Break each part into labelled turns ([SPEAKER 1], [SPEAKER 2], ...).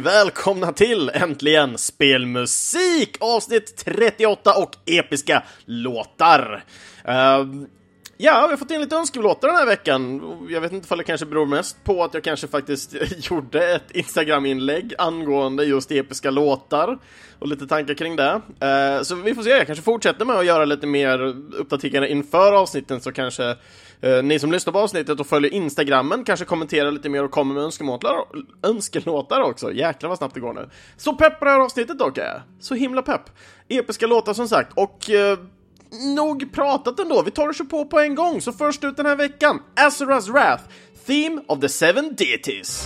[SPEAKER 1] välkomna till äntligen spelmusik avsnitt 38 och episka låtar. Ja, vi har fått in lite önskelåtar den här veckan. Jag vet inte om det kanske beror mest på att jag kanske faktiskt gjorde ett Instagram-inlägg angående just episka låtar och lite tankar kring det. Så vi får se, jag kanske fortsätter med att göra lite mer uppdateringar inför avsnitten, så kanske ni som lyssnar på avsnittet och följer Instagrammen kanske kommenterar lite mer och kommer med önskelåtar också. Jäklar vad snabbt det går nu. Så pepp på det här avsnittet dock är. Så himla pepp. Episka låtar som sagt. Och nog pratat ändå. Vi tar och kör på en gång. Så först ut den här veckan, Asura's Wrath, Theme of the Seven Deities.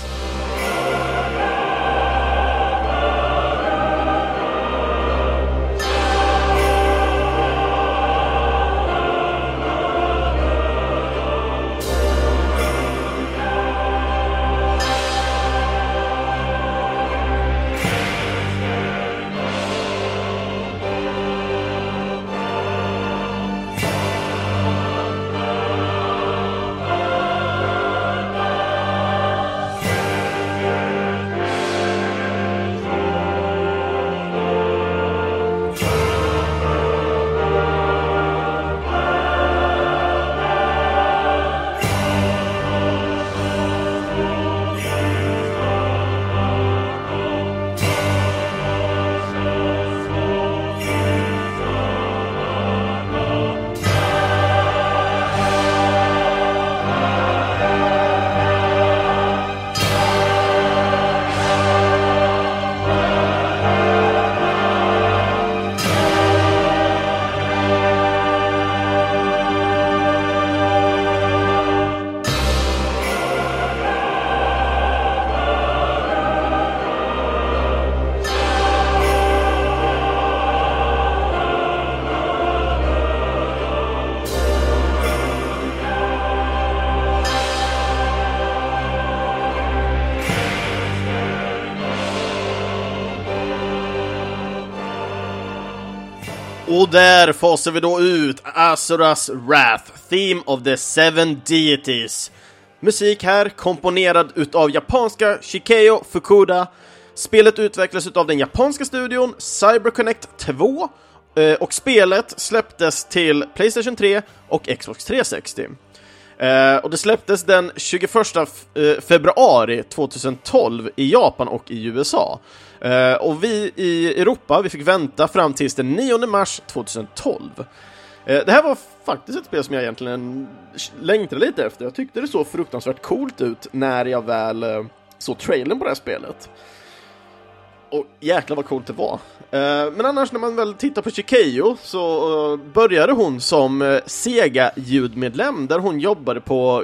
[SPEAKER 1] Och där fasar vi då ut Asura's Wrath, Theme of the Seven Deities. Musik här komponerad utav japanska Shikeo Fukuda. Spelet utvecklas utav den japanska studion CyberConnect 2 och spelet släpptes till PlayStation 3 och Xbox 360. Och det släpptes den 21 februari 2012 i Japan och i USA. Och vi i Europa, vi fick vänta fram till den 9 mars 2012. Det här var faktiskt ett spel som jag egentligen längtade lite efter. Jag tyckte det såg fruktansvärt coolt ut när jag väl såg trailern på det här spelet. Och jäklar vad coolt det var. Men annars när man väl tittar på Shikeo så började hon som Sega-ljudmedlem där hon jobbade på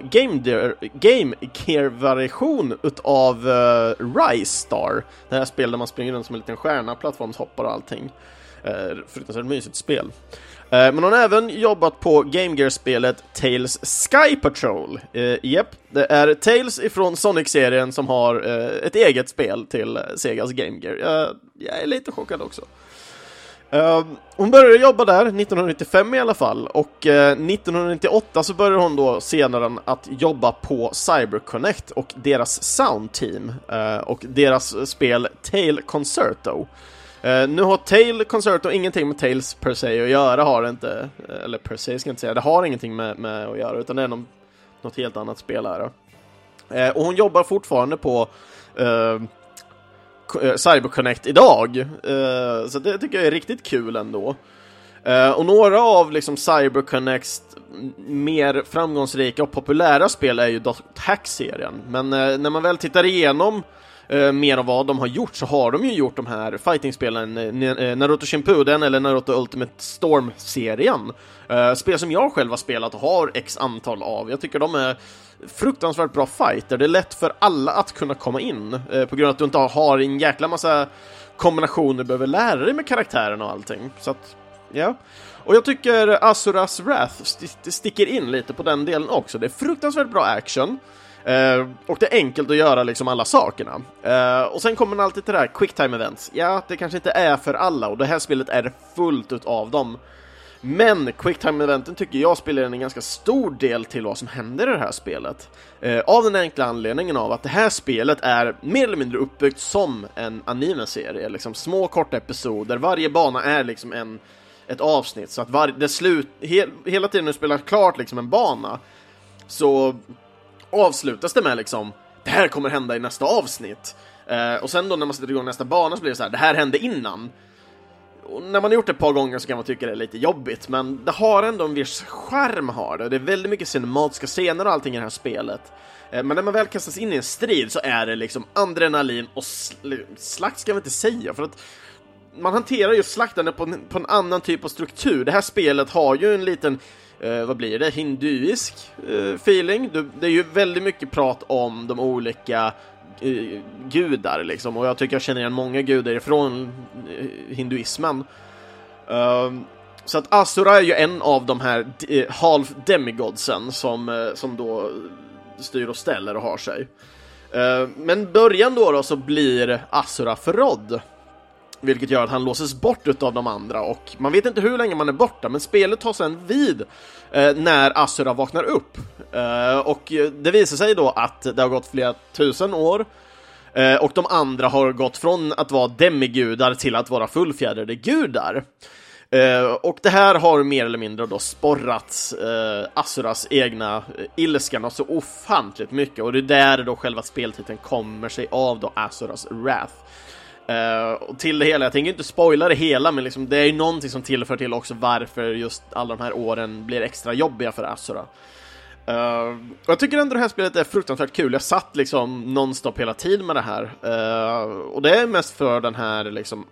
[SPEAKER 1] Game Gear-variation utav Rise Star. Det här spelet där man springer runt som en liten stjärna, plattformshoppar och allting. Fruktansvärt mysigt spel. Men hon har även jobbat på Game Gear-spelet Tales Sky Patrol. Det är Tales ifrån Sonic-serien som har ett eget spel till Segas Game Gear. Jag är lite chockad också. Hon började jobba där 1995 i alla fall. Och 1998 så började hon då senare att jobba på CyberConnect och deras soundteam. Och deras spel Tale Concerto. Nu har Tale Concerto ingenting med Tales per se att göra, har det inte. Eller per se ska jag inte säga, det har ingenting med att göra, utan det är något helt annat spel här. Och hon jobbar fortfarande på CyberConnect idag. Så det tycker jag är riktigt kul ändå. Och några av liksom CyberConnects mer framgångsrika och populära spel är ju Hack-serien. Men när man väl tittar igenom mer av vad de har gjort, så har de ju gjort de här fighting-spelen, Naruto Shippuden eller Naruto Ultimate Storm-serien. Spel som jag själv har spelat och har x antal av. Jag tycker de är fruktansvärt bra fighter. Det är lätt för alla att kunna komma in på grund av att du inte har en jäkla massa kombinationer du behöver lära dig med karaktären och allting. Så att, ja. Och jag tycker Asura's Wrath sticker in lite på den delen också. Det är fruktansvärt bra action. Och det är enkelt att göra liksom alla sakerna. Och sen kommer man alltid till det här quicktime events. Ja, det kanske inte är för alla, och det här spelet är fullt utav dem. Men Quicktime-eventen tycker jag spelar en ganska stor del till vad som händer i det här spelet. Av den enkla anledningen av att det här spelet är mer eller mindre uppbyggt som en anime-serie. Liksom små korta episoder, varje bana är liksom ett avsnitt. Så att hela tiden du spelar klart liksom en bana, så avslutas det med liksom, det här kommer hända i nästa avsnitt. Och sen då när man sätter igång nästa bana så blir det så här, det här hände innan. Och när man har gjort det ett par gånger så kan man tycka det är lite jobbigt, men det har ändå en viss charm har det. Det är väldigt mycket cinematiska scener och allting i det här spelet. Men när man väl kastas in i en strid så är det liksom adrenalin och slakt ska man inte säga, för att man hanterar ju slaktande på en annan typ av struktur. Det här spelet har ju en liten, vad blir det, hinduisk feeling. Det är ju väldigt mycket prat om de olika gudar liksom, och jag tycker jag känner igen många gudar från hinduismen. Så att Asura är ju en av de här half demigodsen som då styr och ställer och har sig. Men början då så blir Asura förrådd, vilket gör att han låses bort utav de andra, och man vet inte hur länge man är borta, men spelet tar sen vid när Asura vaknar upp. Och det visar sig då att det har gått flera tusen år, och de andra har gått från att vara demigudar till att vara fullfjädrade gudar. Och det här har mer eller mindre då sporrat Asuras egna ilskan och så ofantligt mycket, och det är där då själva speltiteln kommer sig av då, Asuras Wrath. Och till det hela, jag tänker inte spoila det hela, men liksom, det är ju någonting som tillför till också varför just alla de här åren blir extra jobbiga för Asura. Och jag tycker ändå det här spelet är fruktansvärt kul. Jag satt liksom nonstop hela tiden med det här, och det är mest för den här liksom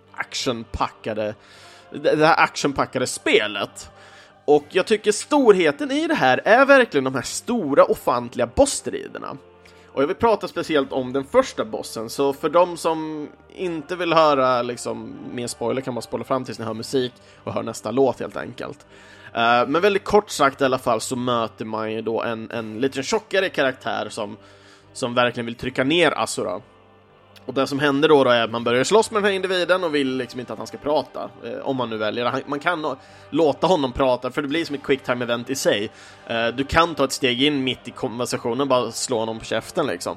[SPEAKER 1] det här actionpackade spelet. Och jag tycker storheten i det här är verkligen de här stora ofantliga bossstriderna. Och jag vill prata speciellt om den första bossen, så för de som inte vill höra liksom mer spoiler kan man spoila fram tills ni hör musik och hör nästa låt helt enkelt. Men väldigt kort sagt i alla fall så möter man ju då en lite tjockare karaktär som verkligen vill trycka ner Asura. Och det som händer då är att man börjar slåss med den här individen och vill liksom inte att han ska prata, om man nu väljer. Man kan låta honom prata, för det blir som ett quicktime event i sig. Du kan ta ett steg in mitt i konversationen och bara slå honom på käften liksom.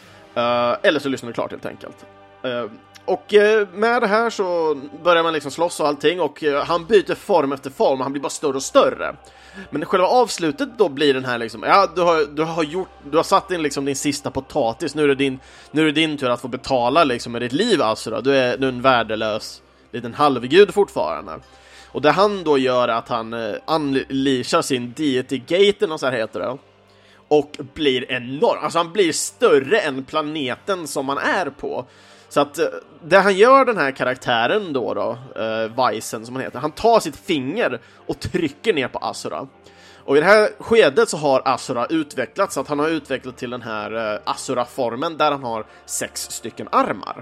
[SPEAKER 1] Eller så lyssnar du klart helt enkelt. Och med det här så börjar man liksom slåss och allting, och han byter form efter form och han blir bara större och större. Men själva avslutet då blir den här liksom, ja, du har satt in liksom din sista potatis, nu är det din tur att få betala liksom med ditt liv, alltså då. Du är en värdelös liten halvgud fortfarande. Och det han då gör är att han unleashar sin deity gaten, och så här heter det, och blir enorm. Alltså han blir större än planeten som han är på. Så att det han gör, den här karaktären då Vaisen som han heter, han tar sitt finger och trycker ner på Asura. Och i det här skedet så har Asura utvecklats, så att han har utvecklat till den här Asura-formen där han har 6 stycken armar.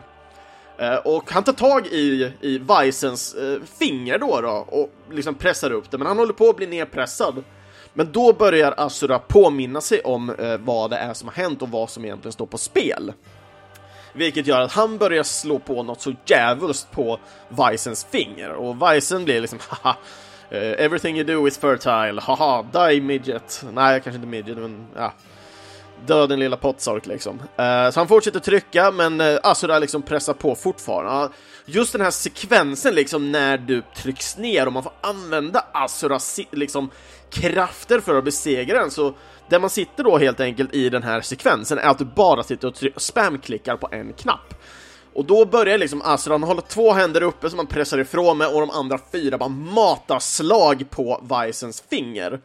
[SPEAKER 1] Och han tar tag i Vaisens finger då och liksom pressar upp det, men han håller på att bli nedpressad. Men då börjar Asura påminna sig om vad det är som har hänt och vad som egentligen står på spel. Vilket gör att han börjar slå på något så djävulskt på Vaisens finger. Och Vaisen blir liksom, haha, everything you do is fertile, haha, die midget. Nej, kanske inte midget, men ja, död den lilla potsork liksom. Så han fortsätter trycka, men Asura liksom pressar på fortfarande. Just den här sekvensen liksom när du trycks ner och man får använda Asuras liksom krafter för att besegra den, så där man sitter då helt enkelt i den här sekvensen är att du bara sitter och spamklickar på en knapp. Och då börjar liksom Asura, han håller 2 händer uppe som man pressar ifrån med, och de andra 4 bara matar slag på Vaisens finger.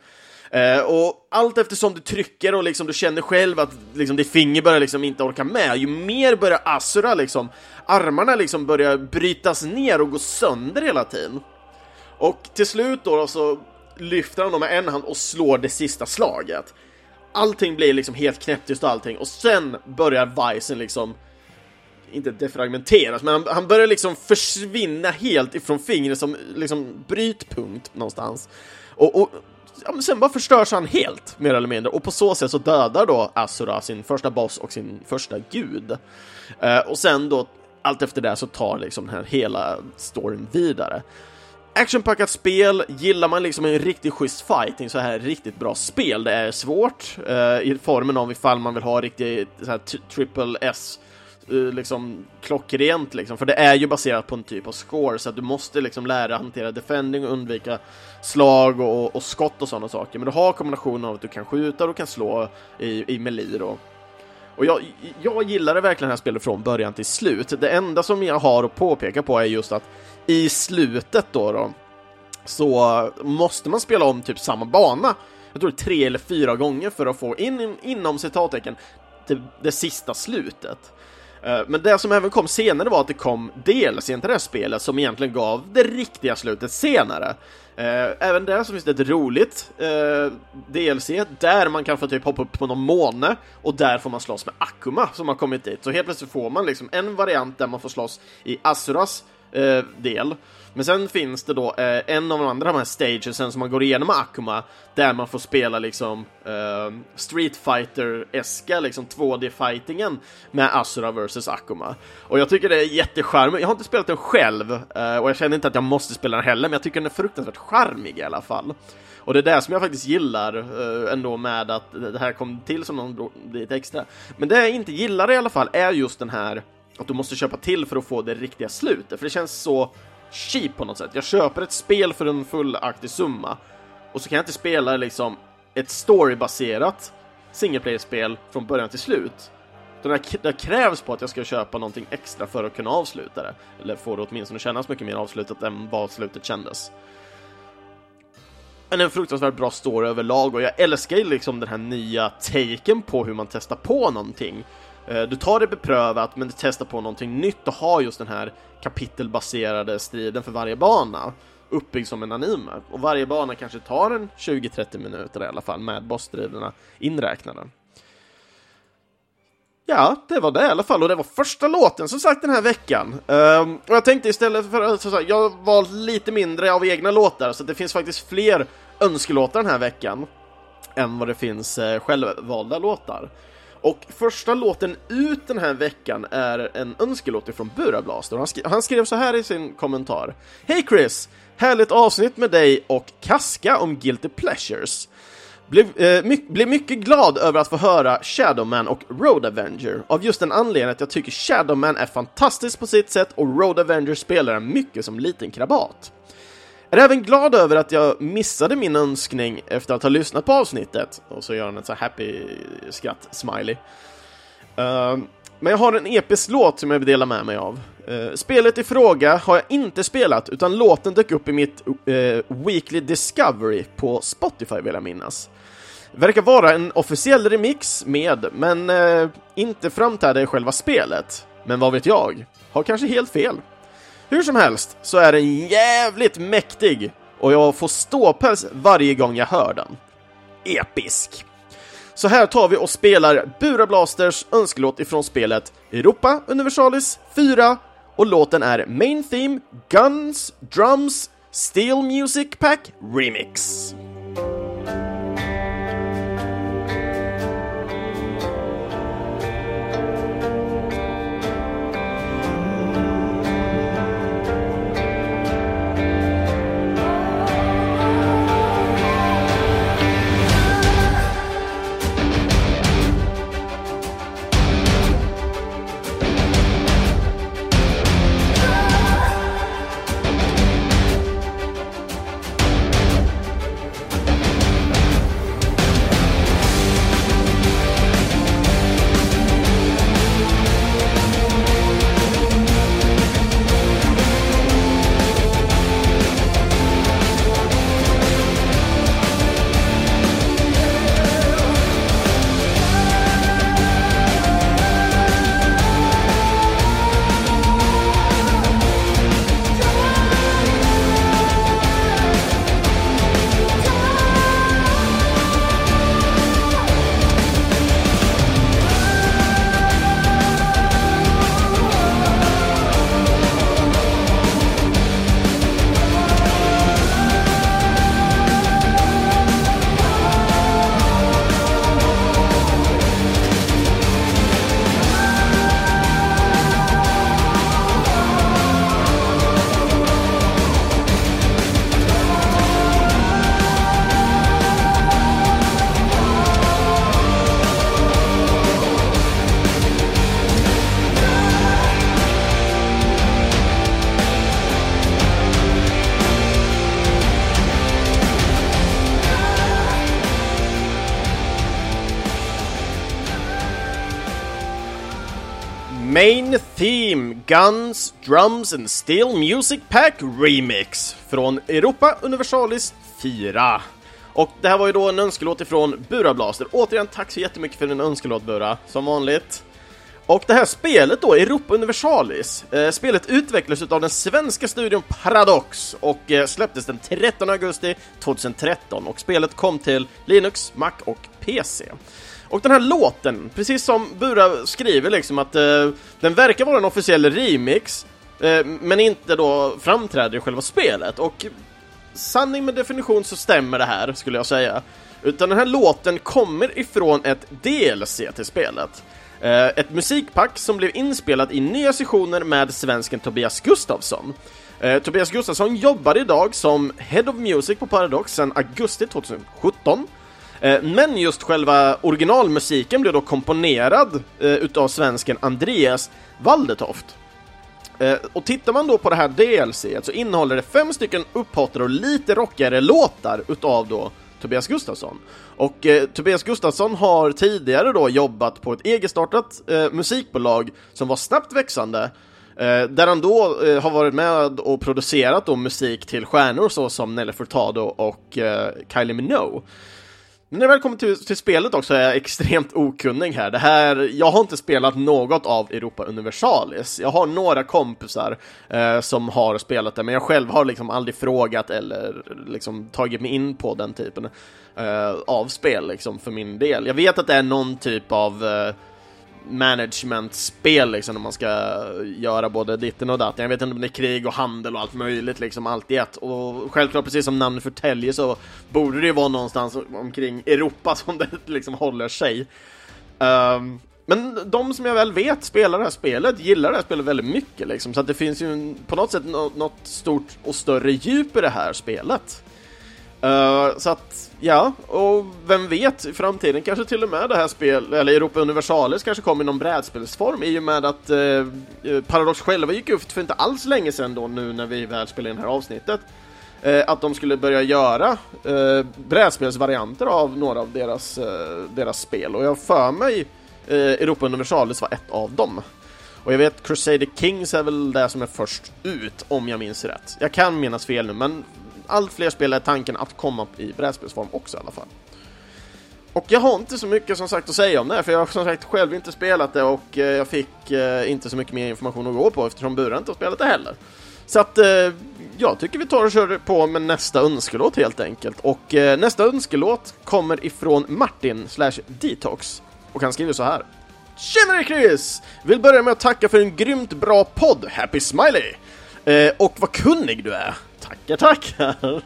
[SPEAKER 1] Och allt eftersom du trycker och liksom du känner själv att liksom ditt finger börjar liksom inte orka med, ju mer börjar Asura liksom, armarna liksom börjar brytas ner och gå sönder hela tiden. Och till slut då så lyfter han dem med en hand och slår det sista slaget. Allting blir liksom helt knäpptyst och allting, och sen börjar Vaisen liksom inte defragmenteras, men han börjar liksom försvinna helt ifrån fingret som liksom brytpunkt någonstans. Och ja, men sen bara förstörs han helt, mer eller mindre. Och på så sätt så dödar då Asura sin första boss och sin första gud. Och sen då, allt efter det så tar liksom den här hela storyn vidare. actionpackat spel. Gillar man liksom en riktigt schysst fighting, så här riktigt bra spel. Det är svårt i formen av ifall man vill ha riktigt så här triple S liksom klockrent liksom, för det är ju baserat på en typ av score, så att du måste liksom lära hantera defending och undvika slag och skott och sådana saker. Men du har kombinationen av att du kan skjuta och du kan slå i melee då. Och jag gillar det verkligen det här spelet från början till slut. Det enda som jag har att påpeka på är just att i slutet då så måste man spela om typ samma bana. Jag tror 3 eller 4 gånger för att få inom citattecken det sista slutet. Men det som även kom senare var att det kom DLC till det här spelet som egentligen gav det riktiga slutet senare. Även där så finns det ett roligt DLC där man kan få typ hoppa upp på någon måne och där får man slåss med Akuma som har kommit dit. Så helt plötsligt får man liksom en variant där man får slåss i Asuras del. Men sen finns det då en av de andra de här stagesen som man går igenom med Akuma, där man får spela liksom Street Fighter-eska liksom 2D-fightingen med Asura vs Akuma. Och jag tycker det är jättecharmigt. Jag har inte spelat den själv och jag känner inte att jag måste spela den heller, men jag tycker den är fruktansvärt charmig i alla fall. Och det är det som jag faktiskt gillar ändå med att det här kom till som någon lite extra. Men det jag inte gillar i alla fall är just den här att du måste köpa till för att få det riktiga slutet. För det känns så cheap på något sätt. Jag köper ett spel för en fullaktig summa och så kan jag inte spela liksom ett storybaserat singleplayer-spel från början till slut. Det krävs på att jag ska köpa någonting extra för att kunna avsluta det. Eller få det åtminstone kännas mycket mer avslutat än vad slutet kändes. Men en fruktansvärt bra story överlag, och jag älskar liksom den här nya taken på hur man testar på någonting. Du tar det beprövat, men du testar på någonting nytt och har just den här kapitelbaserade striden för varje bana uppbyggd som en anime. Och varje bana kanske tar en 20-30 minuter i alla fall med bossstriderna inräknade. Ja, det var det i alla fall. Och det var första låten som sagt den här veckan. Och jag tänkte istället för att jag var lite mindre av egna låtar, så det finns faktiskt fler önskelåtar den här veckan än vad det finns självvalda låtar. Och första låten ut den här veckan är en önskelåt från Burablaster. Han skrev så här i sin kommentar: Hej Chris, härligt avsnitt med dig och Kaska om Guilty Pleasures. Blev mycket glad över att få höra Shadowman och Road Avenger, av just den anledningen att jag tycker Shadowman är fantastisk på sitt sätt och Road Avenger spelar mycket som liten krabat. Är även glad över att jag missade min önskning efter att ha lyssnat på avsnittet. Och så gör han en så happy skratt-smiley. Men jag har en episk låt som jag vill dela med mig av. Spelet i fråga har jag inte spelat, utan låten dök upp i mitt Weekly Discovery på Spotify vill jag minnas. Verkar vara en officiell remix men inte framträder i själva spelet. Men vad vet jag? Har kanske helt fel. Hur som helst så är den jävligt mäktig och jag får ståpäls varje gång jag hör den. Episk! Så här tar vi och spelar Burablasters önskelåt ifrån spelet Europa Universalis 4 och låten är Main Theme Guns, Drums, Steel Music Pack Remix. Main Theme Guns, Drums and Steel Music Pack Remix från Europa Universalis 4. Och det här var ju då en önskelåt ifrån Bura Blaster. Återigen, tack så jättemycket för din önskelåt, Bura, som vanligt. Och det här spelet då, Europa Universalis, spelet utvecklades av den svenska studion Paradox och släpptes den 13 augusti 2013. Och spelet kom till Linux, Mac och PC. Och den här låten, precis som Bura skriver liksom, att den verkar vara en officiell remix, men inte då framträder i själva spelet. Och sanning med definition så stämmer det här, skulle jag säga. Utan den här låten kommer ifrån ett DLC till spelet. Ett musikpack som blev inspelat i nya sessioner med svensken Tobias Gustafsson. Tobias Gustafsson jobbar idag som Head of Music på Paradox sedan augusti 2017. Men just själva originalmusiken blev då komponerad utav svensken Andreas Waldetoft. Och tittar man då på det här DLC så innehåller det 5 stycken upphottare och lite rockigare låtar utav då Tobias Gustafsson. Och Tobias Gustafsson har tidigare då jobbat på ett egestartat musikbolag som var snabbt växande, där han då har varit med och producerat då musik till stjärnor så som Nelly Furtado och Kylie Minogue. Men när jag väl kommer till spelet också är jag extremt okunnig här. Jag har inte spelat något av Europa Universalis. Jag har några kompisar som har spelat det, men jag själv har liksom aldrig frågat eller liksom tagit mig in på den typen av spel liksom för min del. Jag vet att det är någon typ av management-spel liksom, när man ska göra både ditten och datten. Jag vet inte om det är krig och handel och allt möjligt liksom, allt i ett. Och självklart, precis som namnet förtäljer, så borde det ju vara någonstans omkring Europa som det liksom håller sig. Men de som jag väl vet spelar det här spelet, gillar det här spelet väldigt mycket liksom, så att det finns ju på något sätt något stort och större djup i det här spelet. Så att, ja, och vem vet, i framtiden kanske till och med det här spel, eller Europa Universalis, kanske kommer i någon brädspelsform, i och med att Paradox själva gick ut för inte alls länge sedan då, nu när vi väl spelar in det här avsnittet, att de skulle börja göra brädspelsvarianter av några av deras spel, och jag för mig Europa Universalis var ett av dem. Och jag vet Crusader Kings är väl det som är först ut, om jag minns rätt. Jag kan minnas fel nu, men allt fler spel är tanken att komma i brädspelsform också i alla fall. Och jag har inte så mycket som sagt att säga om det här, för jag har som sagt själv inte spelat det, och jag fick inte så mycket mer information att gå på eftersom Bura inte har spelat det heller. Så att jag tycker vi tar och kör på med nästa önskelåt helt enkelt. Och nästa önskelåt kommer ifrån Martin/Detox, och han skriver så här: Tjenare Chris! Vill börja med att tacka för en grymt bra podd, Happy Smiley! Och vad kunnig du är! Tackar.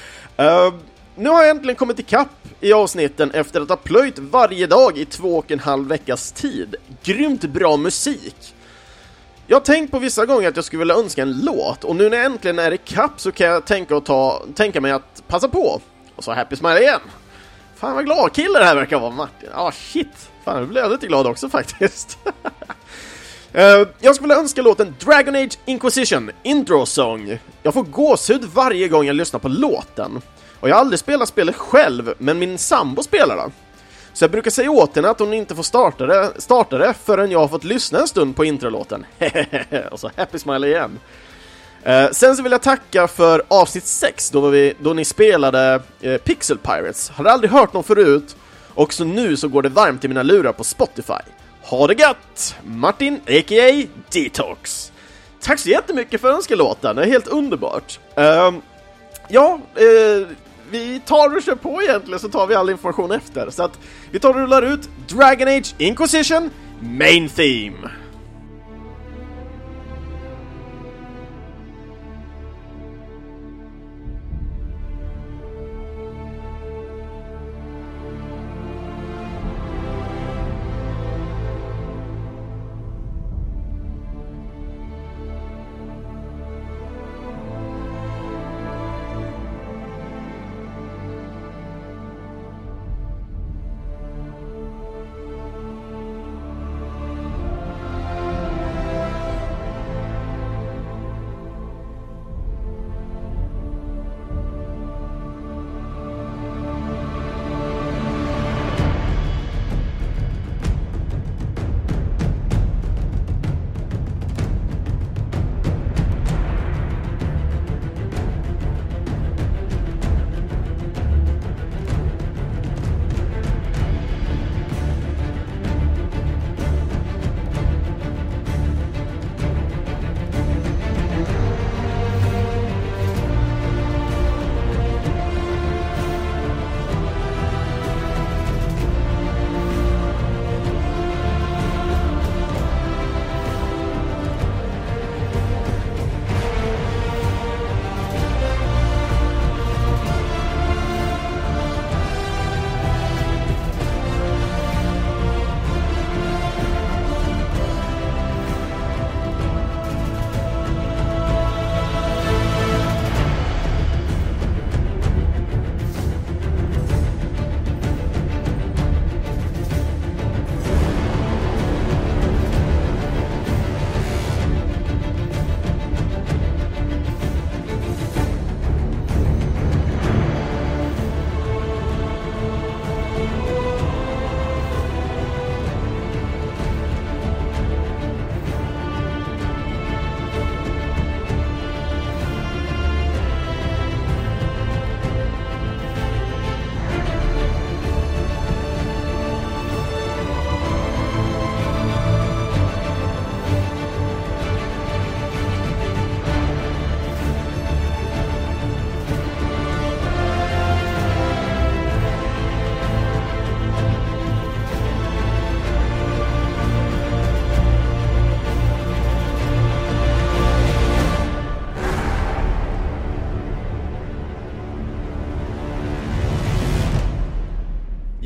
[SPEAKER 1] Nu har jag äntligen kommit ikapp i avsnitten efter att ha plöjt varje dag i 2,5 veckas tid. Grymt bra musik! Jag har tänkt på vissa gånger att jag skulle vilja önska en låt, och nu när jag äntligen är ikapp så kan jag tänka mig att passa på. Och så Happy Smile igen. Fan vad glad kille det här verkar vara, Martin. Shit. Fan, nu blev jag lite glad också faktiskt. Jag skulle önska låten Dragon Age Inquisition Intro Song. Jag får gåshud varje gång jag lyssnar på låten. Och jag har aldrig spelat spelet själv, men min sambo spelar det. Så jag brukar säga åt henne att hon inte får starta det förrän jag har fått lyssna en stund på introlåten. Och så Happy Smile igen. Sen så vill jag tacka för avsnitt 6 då ni spelade Pixel Pirates. Hade aldrig hört någon förut, och så nu så går det varmt i mina lurar på Spotify. Ha det gött! Martin, a.k.a. Detox. Tack så jättemycket för önskelåten, det är helt underbart. Vi tar och kör på egentligen, så tar vi all information efter. Så att vi tar och rullar ut Dragon Age Inquisition Main Theme.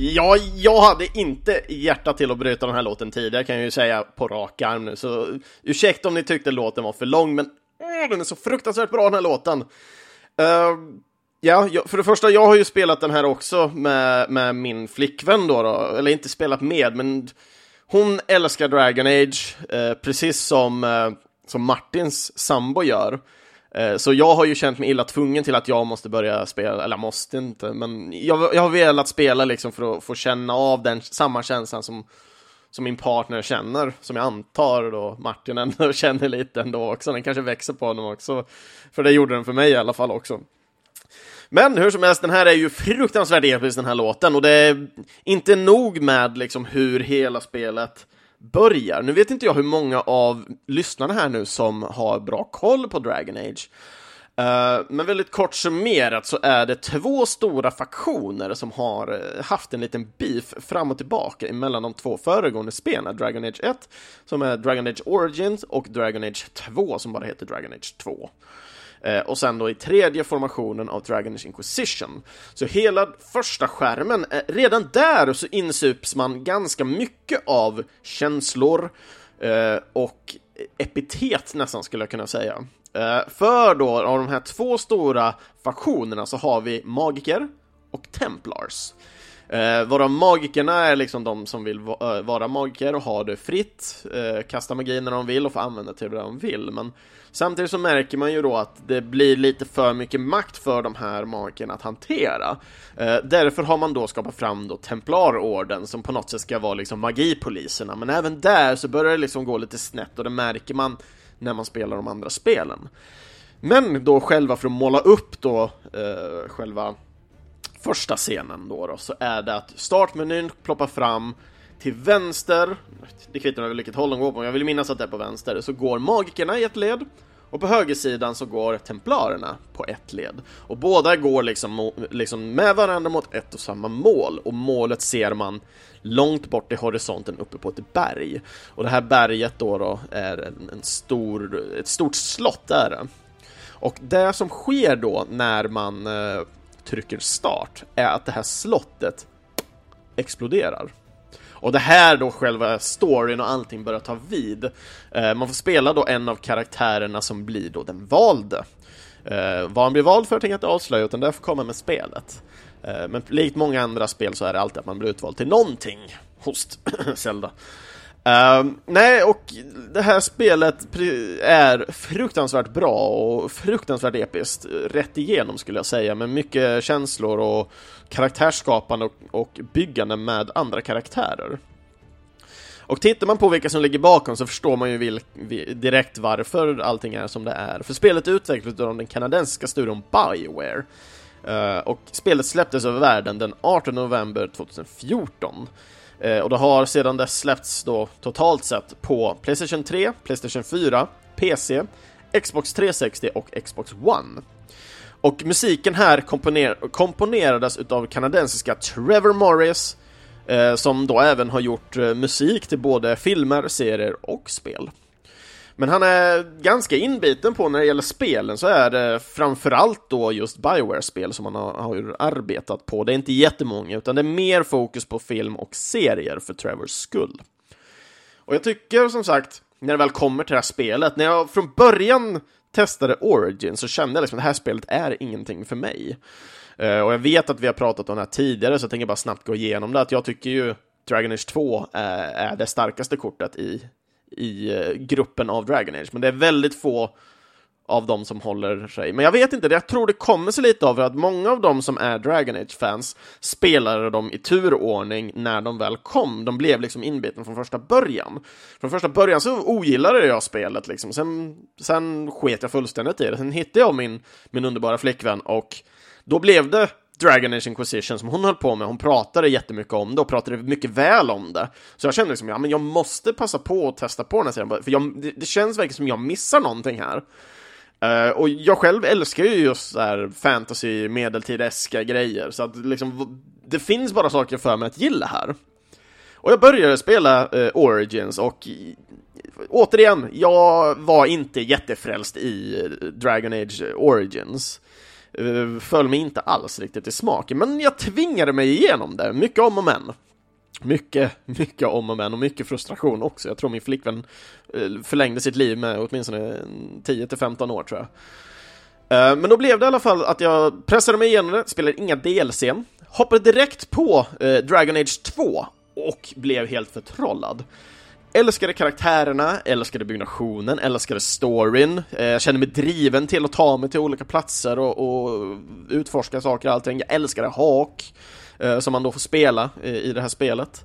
[SPEAKER 1] Jag hade inte hjärta till att bryta den här låten tidigare, kan jag ju säga på rak arm nu. Så ursäkta om ni tyckte låten var för lång, men den är så fruktansvärt bra, den här låten. För det första, jag har ju spelat den här också med min flickvän då. Eller inte spelat med, men hon älskar Dragon Age, precis som Martins sambo gör. Så jag har ju känt mig illa tvungen till att jag måste börja spela, eller måste inte, men jag har velat spela liksom för att få känna av samma känslan som min partner känner, som jag antar då Martin ändå känner lite ändå också. Den kanske växer på honom också, för det gjorde den för mig i alla fall också. Men hur som helst, den här är ju fruktansvärt episk, den här låten, och det är inte nog med liksom hur hela spelet börjar. Nu vet inte jag hur många av lyssnarna här nu som har bra koll på Dragon Age. Men väldigt kort summerat så är det 2 stora faktioner som har haft en liten beef fram och tillbaka emellan de 2 föregående spelen. Dragon Age 1 som är Dragon Age Origins och Dragon Age 2 som bara heter Dragon Age 2. Och sen då i tredje formationen av Dragon Age Inquisition. Så hela första skärmen, redan där så insups man ganska mycket av känslor och epitet nästan, skulle jag kunna säga. För då av de här 2 stora faktionerna så har vi magiker och templars. Våra magikerna är liksom de som vill vara magiker och ha det fritt, kasta magi när de vill och få använda till det de vill. Men samtidigt så märker man ju då att det blir lite för mycket makt för de här magikerna att hantera. Därför har man då skapat fram då templarorden som på något sätt ska vara liksom magipoliserna. Men även där så börjar det liksom gå lite snett, och det märker man när man spelar de andra spelen. Men då själva, för att måla upp då själva första scenen då så är det att startmenyn ploppar fram till vänster. Det kvittar över vilket håll de går på, jag vill minnas att det är på vänster. Så går magikerna i ett led, och på högersidan så går templarerna på ett led. Och båda går liksom med varandra mot ett och samma mål. Och målet ser man långt bort i horisonten uppe på ett berg. Och det här berget då är ett stort slott där. Och det som sker då när man trycker start är att det här slottet exploderar. Och det här då själva storyn och allting börjar ta vid. Man får spela då en av karaktärerna som blir då den valde. Vad han blir vald för tänker jag inte avslöja, utan det får komma med spelet. Men likt många andra spel så är det alltid att man blir utvald till någonting. Host, Zelda. Nej, och det här spelet är fruktansvärt bra och fruktansvärt episkt rätt igenom, skulle jag säga, med mycket känslor och karaktärsskapande och byggande med andra karaktärer. Och tittar man på vilka som ligger bakom så förstår man ju direkt varför allting är som det är. För spelet utvecklades av den kanadensiska studion BioWare. Och spelet släpptes över världen den 18 november 2014. Och det har sedan dess släppts då totalt sett på PlayStation 3, PlayStation 4, PC, Xbox 360 och Xbox One. Och musiken här komponerades utav kanadensiska Trevor Morris, som då även har gjort musik till både filmer, serier och spel. Men han är ganska inbiten på när det gäller spelen, så är det framförallt då just BioWare-spel som han har arbetat på. Det är inte jättemånga, utan det är mer fokus på film och serier för Trevors skull. Och jag tycker som sagt, när det väl kommer till det här spelet, när jag från början testade Origin så kände jag liksom att det här spelet är ingenting för mig. Och jag vet att vi har pratat om det här tidigare, så jag tänker bara snabbt gå igenom det. Att jag tycker ju Dragon Age 2 är det starkaste kortet i gruppen av Dragon Age. Men det är väldigt få av dem som håller sig. Men jag vet inte, jag tror det kommer sig lite av att många av dem som är Dragon Age-fans spelade dem i turordning när de väl kom. De blev liksom inbiten från första början. Från första början så ogillade jag spelet liksom. Sen sket jag fullständigt i det. Sen hittade jag min underbara flickvän, och då blev det Dragon Age Inquisition som hon höll på med. Hon pratade jättemycket om det och pratade mycket väl om det. Så jag kände liksom, men jag måste passa på och testa på den här serien. För det känns verkligen som jag missar någonting här. Och jag själv älskar ju just så här fantasy, medeltideska grejer. Så att liksom, det finns bara saker för mig att gilla här. Och jag började spela Origins, och återigen, jag var inte jättefrälst i Dragon Age Origins. föll mig inte alls riktigt i smaken, men jag tvingade mig igenom det, mycket om och men. Mycket om och men, och mycket frustration också. Jag tror min flickvän förlängde sitt liv med åtminstone 10-15 år, tror jag. Men då blev det i alla fall att jag pressade mig igenom det, spelade inga DLC, hoppade direkt på Dragon Age 2 och blev helt förtrollad. Älskade karaktärerna, älskade byggnationen, älskade storyn. Jag kände mig driven till att ta mig till olika platser och utforska saker och allting. Jag älskade Hawk, som man då får spela i det här spelet.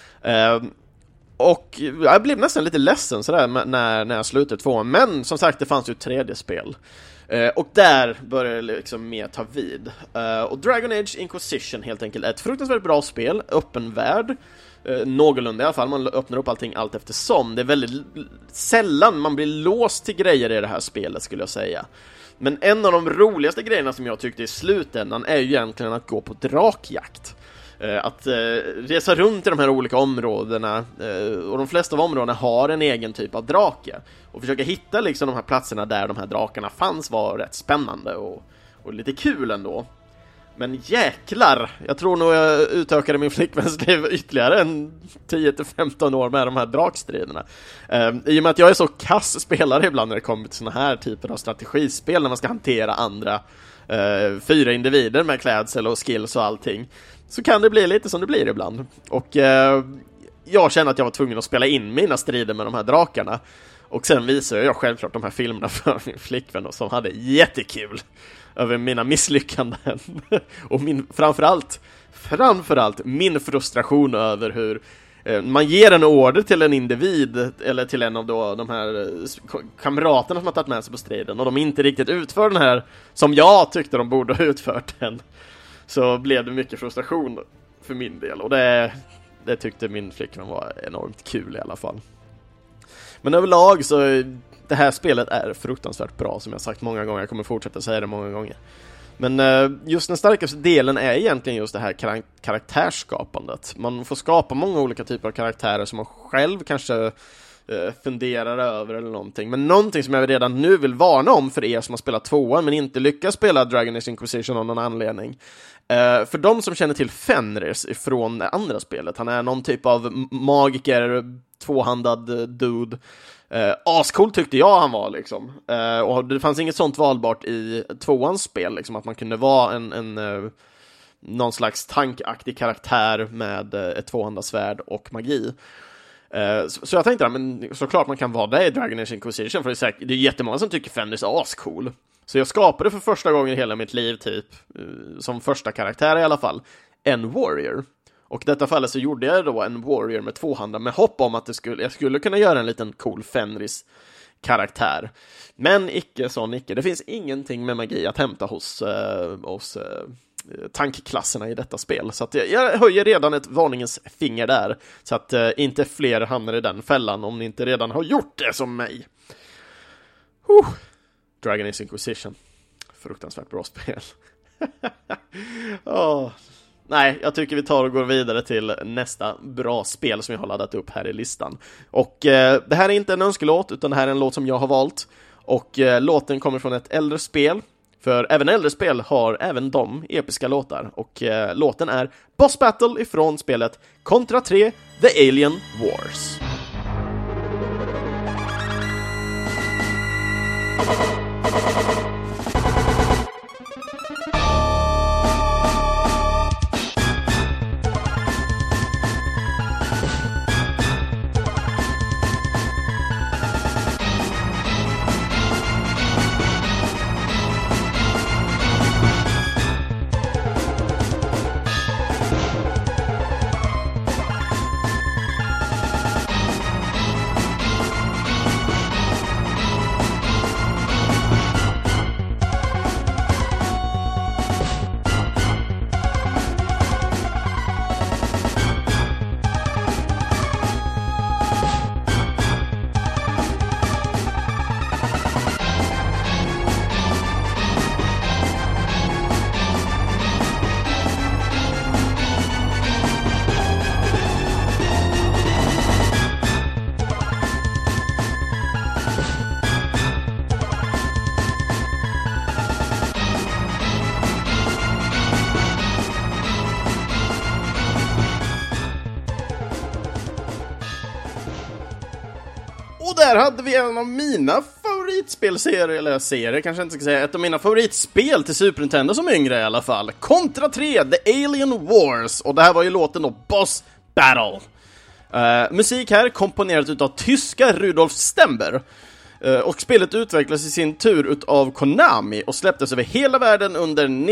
[SPEAKER 1] Och jag blev nästan lite ledsen sådär när jag slutade 2. Men som sagt, det fanns ju ett 3D spel. Och där började det liksom mer ta vid. Och Dragon Age Inquisition helt enkelt är ett fruktansvärt bra spel, öppen värld. Någorlunda i alla fall, man öppnar upp allting allt eftersom. Det är väldigt sällan man blir låst till grejer i det här spelet, skulle jag säga. Men en av de roligaste grejerna som jag tyckte i slutändan är ju egentligen att gå på drakjakt. Att resa runt i de här olika områdena, och de flesta av områdena har en egen typ av drake. Och försöka hitta liksom de här platserna där de här drakarna fanns var rätt spännande och lite kul ändå. Men jäklar, jag tror nog jag utökade min flickväns liv ytterligare en 10-15 år med de här drakstriderna. I och med att jag är så kass spelare ibland när det kommer till såna här typer av strategispel, när man ska hantera andra 4 individer med klädsel och skills och allting, så kan det bli lite som det blir ibland. Och jag kände att jag var tvungen att spela in mina strider med de här drakarna. Och sen visade jag självklart de här filmerna för min flickvän, som hade jättekul över mina misslyckanden. Och framförallt min frustration över hur man ger en order till en individ eller till en av de här kamraterna som har tagit med sig på striden, och de inte riktigt utför den här som jag tyckte de borde ha utfört den. Så blev det mycket frustration för min del, och det tyckte min flickvän var enormt kul i alla fall. Men överlag så det här spelet är fruktansvärt bra, som jag sagt många gånger. Jag kommer fortsätta säga det många gånger. Men just den starkaste delen är egentligen just det här karaktärsskapandet. Man får skapa många olika typer av karaktärer som man själv kanske funderar över eller någonting. Men någonting som jag redan nu vill varna om för er som har spelat 2:an men inte lyckas spela Dragon Age Inquisition av någon anledning. För de som känner till Fenris ifrån det andra spelet, han är någon typ av magiker, tvåhandad dude. Ascool tyckte jag han var liksom. Och det fanns inget sånt valbart i 2:ans spel liksom, att man kunde vara någon slags tankaktig karaktär med ett tvåhandasvärd och magi. Så jag tänkte, men såklart man kan vara det i Dragon Age Inquisition, för det är jättemånga som tycker Fenris är ascool. Så jag skapade för första gången i hela mitt liv typ, som första karaktär i alla fall, en warrior. Och i detta fallet så gjorde jag då en warrior med tvåhandar med hopp om att jag skulle kunna göra en liten cool Fenris-karaktär. Men icke. Det finns ingenting med magi att hämta hos tankklasserna i detta spel. Så att jag höjer redan ett varningens finger där, så att inte fler hamnar i den fällan om ni inte redan har gjort det som mig. Dragon Age Inquisition. Fruktansvärt bra spel. Nej, jag tycker vi tar och går vidare till nästa bra spel som jag har laddat upp här i listan. Och det här är inte en önskelåt, utan det här är en låt som jag har valt. Och låten kommer från ett äldre spel, för även äldre spel har även de episka låtar. Och låten är Boss Battle ifrån spelet Contra 3 The Alien Wars. där hade vi en av mina favoritspelserier, eller serier kanske jag inte ska säga, ett av mina favoritspel till Super Nintendo som yngre i alla fall. Contra 3, The Alien Wars, och det här var ju låten då Boss Battle. Musik här komponerat utav tyska Rudolf Stember. Och spelet utvecklades i sin tur utav Konami och släpptes över hela världen under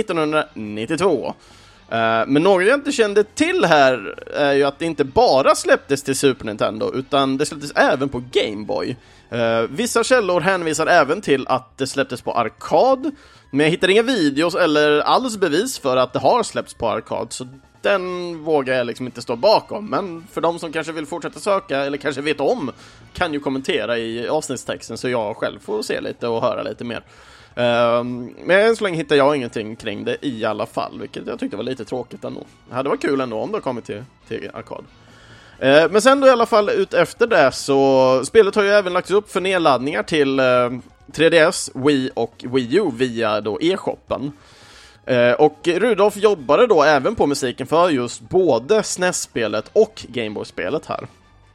[SPEAKER 1] 1992. Men något jag inte kände till här är ju att det inte bara släpptes till Super Nintendo, utan det släpptes även på Game Boy. Vissa källor hänvisar även till att det släpptes på arkad, men jag hittar inga videos eller alls bevis för att det har släppts på arkad, så den vågar jag liksom inte stå bakom. Men för de som kanske vill fortsätta söka eller kanske vet om, kan ju kommentera i avsnittstexten så jag själv får se lite och höra lite mer. Men än så länge hittar jag ingenting kring det i alla fall, vilket jag tyckte var lite tråkigt ändå. Det hade varit kul ändå om det kommit till arkad. Men sen då i alla fall ut efter det, så spelet har ju även lagts upp för nedladdningar till 3DS, Wii och Wii U via då e-shoppen. Och Rudolf jobbade då även på musiken för just både SNES-spelet och Game Boy-spelet här.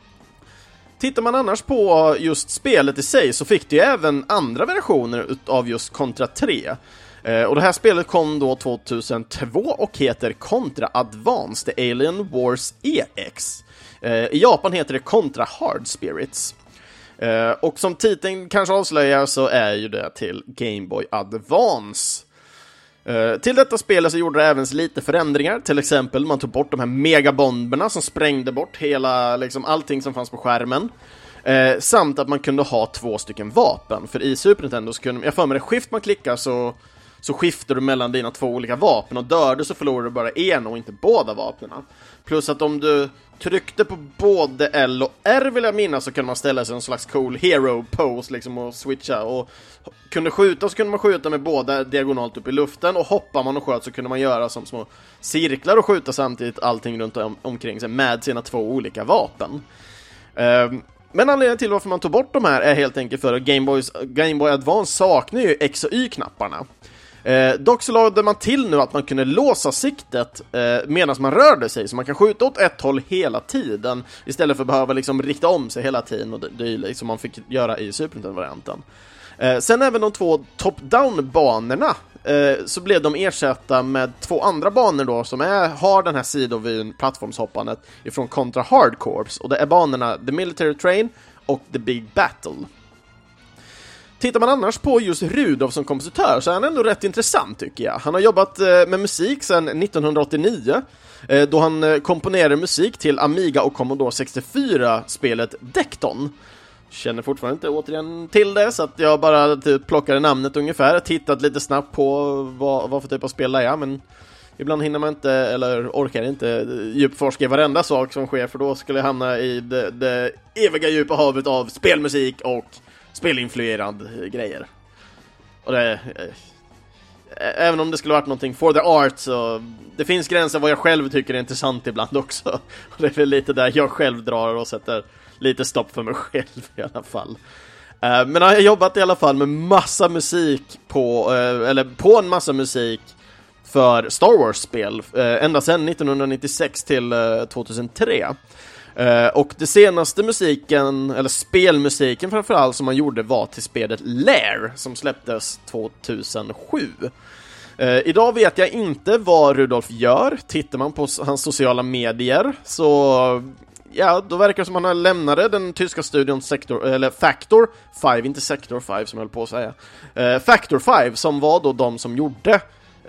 [SPEAKER 1] Tittar man annars på just spelet i sig så fick det ju även andra versioner av just Contra 3. Och det här spelet kom då 2002 och heter Contra Advance The Alien Wars EX. I Japan heter det Contra Hard Spirits. Och som titeln kanske avslöjar så är ju det till Game Boy Advance. Till detta spelet så gjorde det även lite förändringar. Till exempel man tog bort de här megabomberna som sprängde bort hela, liksom, allting som fanns på skärmen. Samt att man kunde ha 2 stycken vapen. För i Super Nintendo så kunde, jag för mig det, skift man klickar så skiftar du mellan dina 2 olika vapen. Och dör du så förlorar du bara en och inte båda vapnen. Plus att om du tryckte på både L och R, vill jag minnas, så kunde man ställa sig en slags cool hero pose liksom, och switcha. Och kunde skjuta så kunde man skjuta med båda diagonalt upp i luften. Och hoppar man och sköt så kunde man göra som små cirklar och skjuta samtidigt allting runt omkring sig med sina 2 olika vapen. Men anledningen till varför man tog bort de här är helt enkelt för att Game Boy Advance saknar ju X och Y-knapparna. Dock så lade man till nu att man kunde låsa siktet medan man rörde sig, så man kan skjuta åt ett håll hela tiden istället för att behöva liksom rikta om sig hela tiden, och det är liksom man fick göra i Super Nintendo-varianten. Sen även de 2 top-down-banorna så blev de ersatta med 2 andra banor då som har den här sidovyn, plattformshoppandet ifrån Contra Hard Corps, och det är banorna The Military Train och The Big Battle. Tittar man annars på just Rudolf som kompositör så är han ändå rätt intressant tycker jag. Han har jobbat med musik sedan 1989 då han komponerade musik till Amiga och Commodore 64-spelet Decton. Känner fortfarande inte återigen till det, så att jag bara plockade namnet ungefär. Tittat lite snabbt på vad för typ av spel det är, men ibland hinner man inte eller orkar inte djupforska i varenda sak som sker, för då skulle jag hamna i det eviga djupa havet av spelmusik och spelinfluerad grejer. Och det, även om det skulle varit någonting for the art, så det finns gränser vad jag själv tycker är intressant ibland också. Och det är väl lite där jag själv drar och sätter lite stopp för mig själv i alla fall. Men jag har jobbat i alla fall med massa musik på en massa musik för Star Wars-spel ända sedan 1996 till 2003. Och det senaste musiken, eller spelmusiken framförallt, som man gjorde var till spelet Lair som släpptes 2007. Idag vet jag inte vad Rudolf gör. Tittar man på hans sociala medier så ja, då verkar det som att han lämnade den tyska studion Factor 5, inte Sector 5 som jag höll på att säga. Factor 5 som var då de som gjorde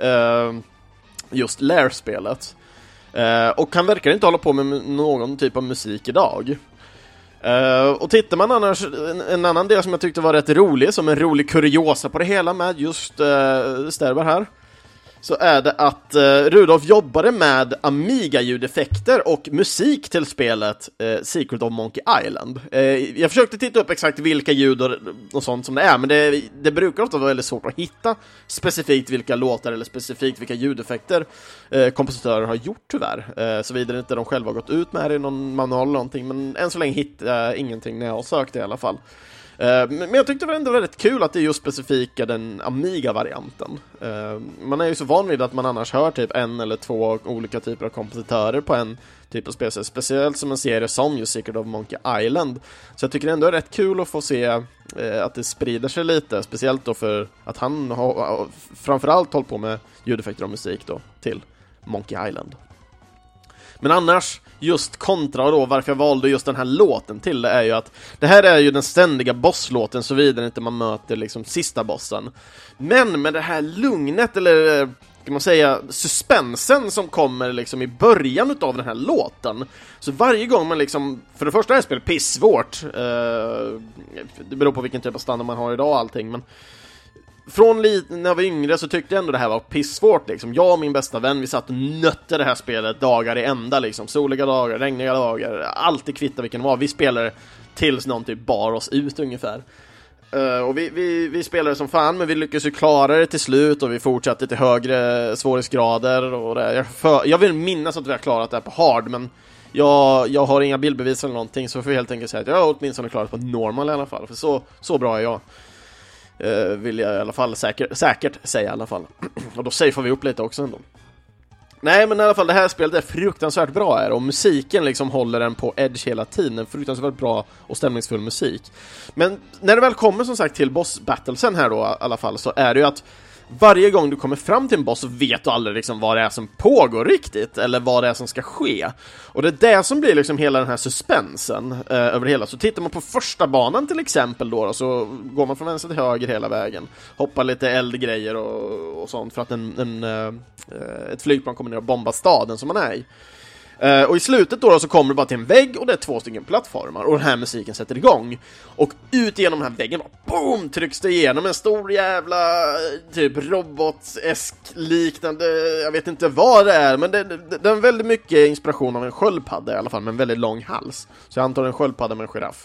[SPEAKER 1] just Lair-spelet. Och han verkar inte hålla på med någon typ av musik idag. Och tittar man annars, en annan del som jag tyckte var rätt rolig, som en rolig kuriosa på det hela med just Sterber här, så är det att Rudolf jobbade med Amiga-ljudeffekter och musik till spelet Secret of Monkey Island. Jag försökte titta upp exakt vilka ljud och sånt som det är, men det brukar ofta vara väldigt svårt att hitta specifikt vilka låtar eller specifikt vilka ljudeffekter kompositörer har gjort tyvärr. Så vidare inte de själva har gått ut med det i någon manual eller någonting, men än så länge hittar jag ingenting när jag har sökt det i alla fall. Men jag tyckte det var ändå väldigt kul att det är just specifika den Amiga-varianten. Man är ju så van vid att man annars hör typ en eller två olika typer av kompositörer på en typ av spel, speciellt som en serie som just Secret of Monkey Island. Så jag tycker det ändå är rätt kul att få se att det sprider sig lite, speciellt då för att han har framförallt hållit på med ljudeffekter och musik då till Monkey Island. Men annars, just kontra då varför jag valde just den här låten till det är ju att det här är ju den ständiga bosslåten så vidare inte man möter liksom sista bossen. Men med det här lugnet eller kan man säga suspensen som kommer liksom i början utav den här låten. Så varje gång man liksom, för det första är spelet pissvårt. Det beror på vilken typ av standard man har idag och allting, men från när jag var yngre så tyckte jag ändå det här var pissvårt liksom. Jag och min bästa vän, vi satt och nötte det här spelet dagar i ända liksom. Soliga dagar, regniga dagar, alltid kvitta vilken det var. Vi spelade tills någon typ bar oss ut ungefär. Och vi spelade som fan, men vi lyckades ju klara det till slut och vi fortsatte till högre svårighetsgrader och det. Jag vill minnas att vi har klarat det här på hard, men jag har inga bildbevis eller någonting, så jag får helt enkelt säga att jag har åtminstone klarat på normal i alla fall, för så bra är jag. Vill jag i alla fall säkert säga i alla fall. Och då safear vi upp lite också ändå. Nej, men i alla fall det här spelet är fruktansvärt bra här, och musiken liksom håller den på edge hela tiden. Fruktansvärt bra och stämningsfull musik. Men när det väl kommer som sagt till boss battlesen här då i alla fall, så är det ju att varje gång du kommer fram till en boss så vet du aldrig liksom vad det är som pågår riktigt, eller vad det är som ska ske. Och det är det som blir liksom hela den här suspensen över hela. Så tittar man på första banan till exempel då, så går man från vänster till höger hela vägen. Hoppar lite eldgrejer och sånt för att ett flygplan kommer ner och bombar staden som man är i. Och i slutet då så kommer du bara till en vägg och det är 2 stycken plattformar och den här musiken sätter igång. Och ut genom den här väggen boom, trycks det igenom en stor jävla typ robot-esk liknande, jag vet inte vad det är, men det är väldigt mycket inspiration av en sköldpadda i alla fall, med en väldigt lång hals. Så jag antar en sköldpadda med en giraff.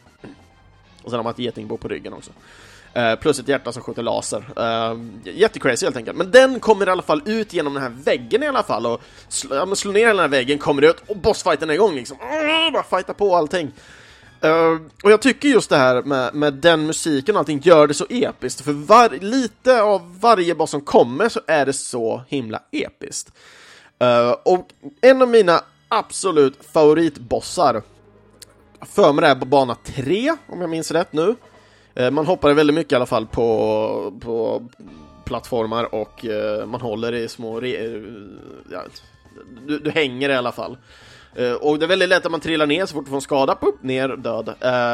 [SPEAKER 1] Och sen har man ett getingbo på ryggen också. Plus ett hjärta som skjuter laser. Jättecrazy helt enkelt. Men den kommer i alla fall ut genom den här väggen i alla fall. Och slår ner den här väggen, kommer ut och bossfighten är igång liksom. Bara fighta på allting. Och jag tycker just det här med den musiken och allting gör det så episkt. För lite av varje boss som kommer så är det så himla episkt. Och en av mina absolut favoritbossar, för mig det är på bana 3 om jag minns rätt nu. Man hoppar väldigt mycket i alla fall på plattformar och man håller i små du hänger i alla fall. Och det är väldigt lätt att man trillar ner så fort du får en skada, pup, ner, död.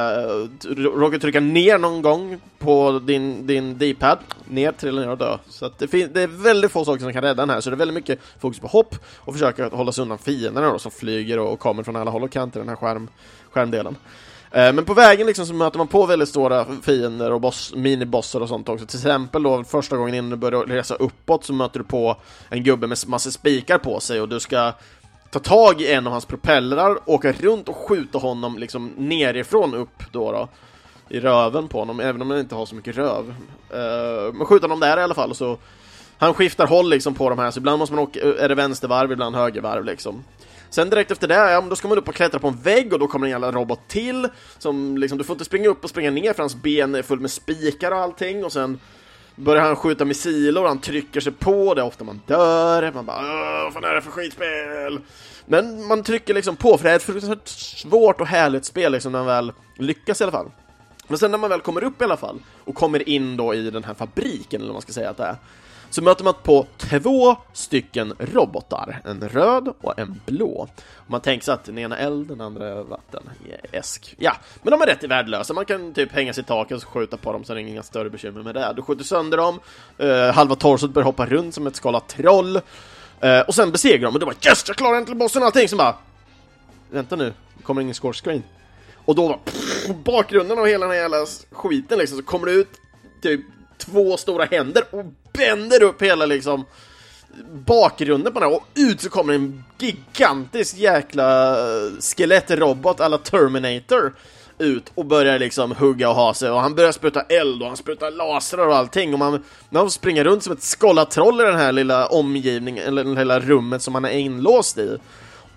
[SPEAKER 1] Råkar trycka ner någon gång på din D-pad, ner, trillar ner och dö. Så att det är väldigt få saker som kan rädda den här, så det är väldigt mycket fokus på hopp och försöka hålla sig undan fienderna då, som flyger och kommer från alla håll och kanter, den här skärmdelen. Men på vägen liksom så möter man på väldigt stora fiender och minibossar och sånt också. Till exempel då första gången innan du börjar resa uppåt så möter du på en gubbe med massa spikar på sig och du ska ta tag i en av hans propellrar, åka runt och skjuta honom liksom nerifrån upp då i röven på honom, även om han inte har så mycket röv. Men skjuter honom där i alla fall, och så han skiftar håll liksom på de här, så ibland måste man är det vänstervarv, ibland högervarv liksom. Sen direkt efter det, då ska man upp och klättra på en vägg och då kommer en jävla robot till som liksom, du får inte springa upp och springa ner för hans ben är full med spikar och allting, och sen börjar han skjuta missiler och han trycker sig på, det är ofta man dör, man bara vad fan är det för skitspel? Men man trycker liksom på, för det är ett svårt och härligt spel liksom, när man väl lyckas i alla fall. Men sen när man väl kommer upp i alla fall och kommer in då i den här fabriken, eller vad man ska säga att det är, så möter man på 2 stycken robotar, en röd och en blå. Och man tänker sig att den ena är eld, den andra är vatten. Esk. Ja, men de är rätt värdelösa. Man kan typ hänga sig i taket och skjuta på dem, så det är inga större bekymmer med det. Du skjuter sönder dem, halva torsot börjar hoppa runt som ett skalat troll. Och sen besegrar dem, och då bara yes, jag klarar äntligen bossen och allting. Så bara, vänta nu, det kommer ingen score screen. Och då på bakgrunden av hela den här jävla skiten liksom, så kommer det ut typ 2 stora händer och bänder upp hela liksom bakgrunden på den här, och ut så kommer en gigantisk jäkla skelettrobot alla Terminator ut och börjar liksom hugga och ha sig, och han börjar spruta eld och han sprutar lasrar och allting, och man springer runt som ett skållat troll i den här lilla omgivningen, eller det lilla rummet som man är inlåst i.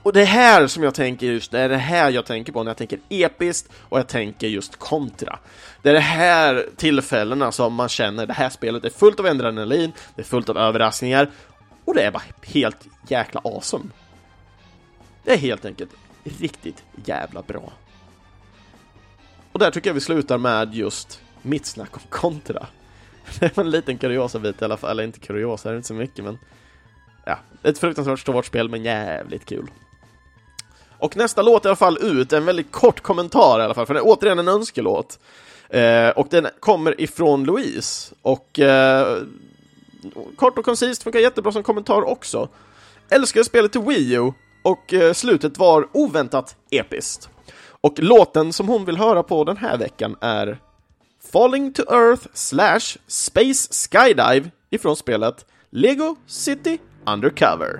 [SPEAKER 1] Och det här som jag tänker just, det är det här jag tänker på när jag tänker episkt och jag tänker just Contra. Det är det här tillfällena som man känner det här spelet är fullt av adrenalin, det är fullt av överraskningar och det är bara helt jäkla awesome. Det är helt enkelt riktigt jävla bra. Och där tycker jag vi slutar med just mitt snack om Contra. Det är en liten kuriosa bit i alla fall, eller inte kuriosa, det är inte så mycket, men ja, ett fruktansvärt stort spel men jävligt kul. Och nästa låt i alla fall ut, en väldigt kort kommentar i alla fall, för det är återigen en önskelåt. Och den kommer ifrån Louise. Och kort och koncist funkar jättebra som kommentar också. Älskar spelet till Wii U och slutet var oväntat episkt. Och låten som hon vill höra på den här veckan är Falling to Earth / Space Skydive ifrån spelet Lego City Undercover.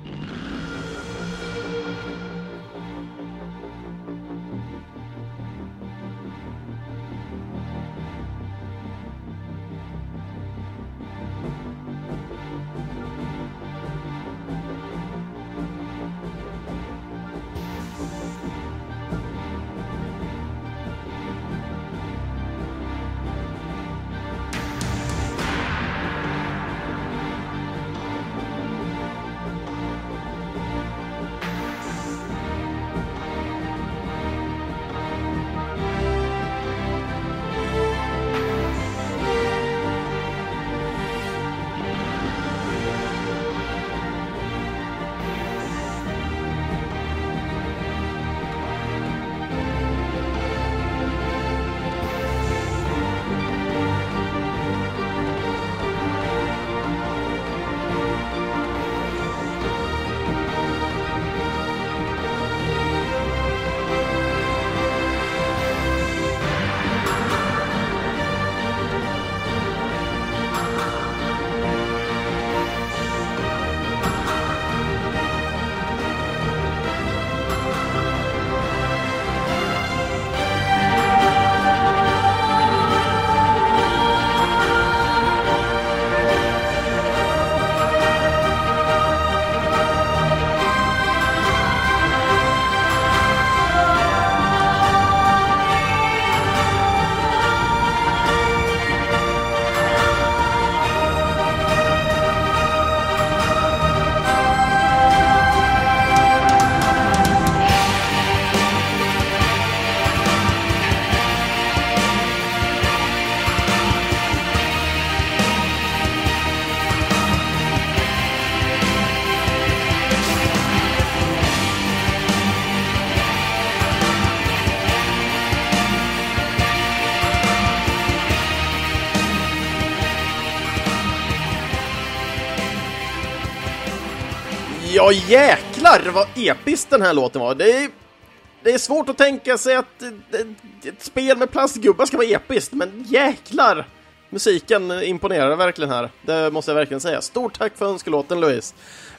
[SPEAKER 1] Ja jäklar vad episkt den här låten var. Det är svårt att tänka sig att ett spel med plastgubbar ska vara episkt, men jäklar, musiken imponerar verkligen här. Det måste jag verkligen säga. Stort tack för önskelåten, Louise.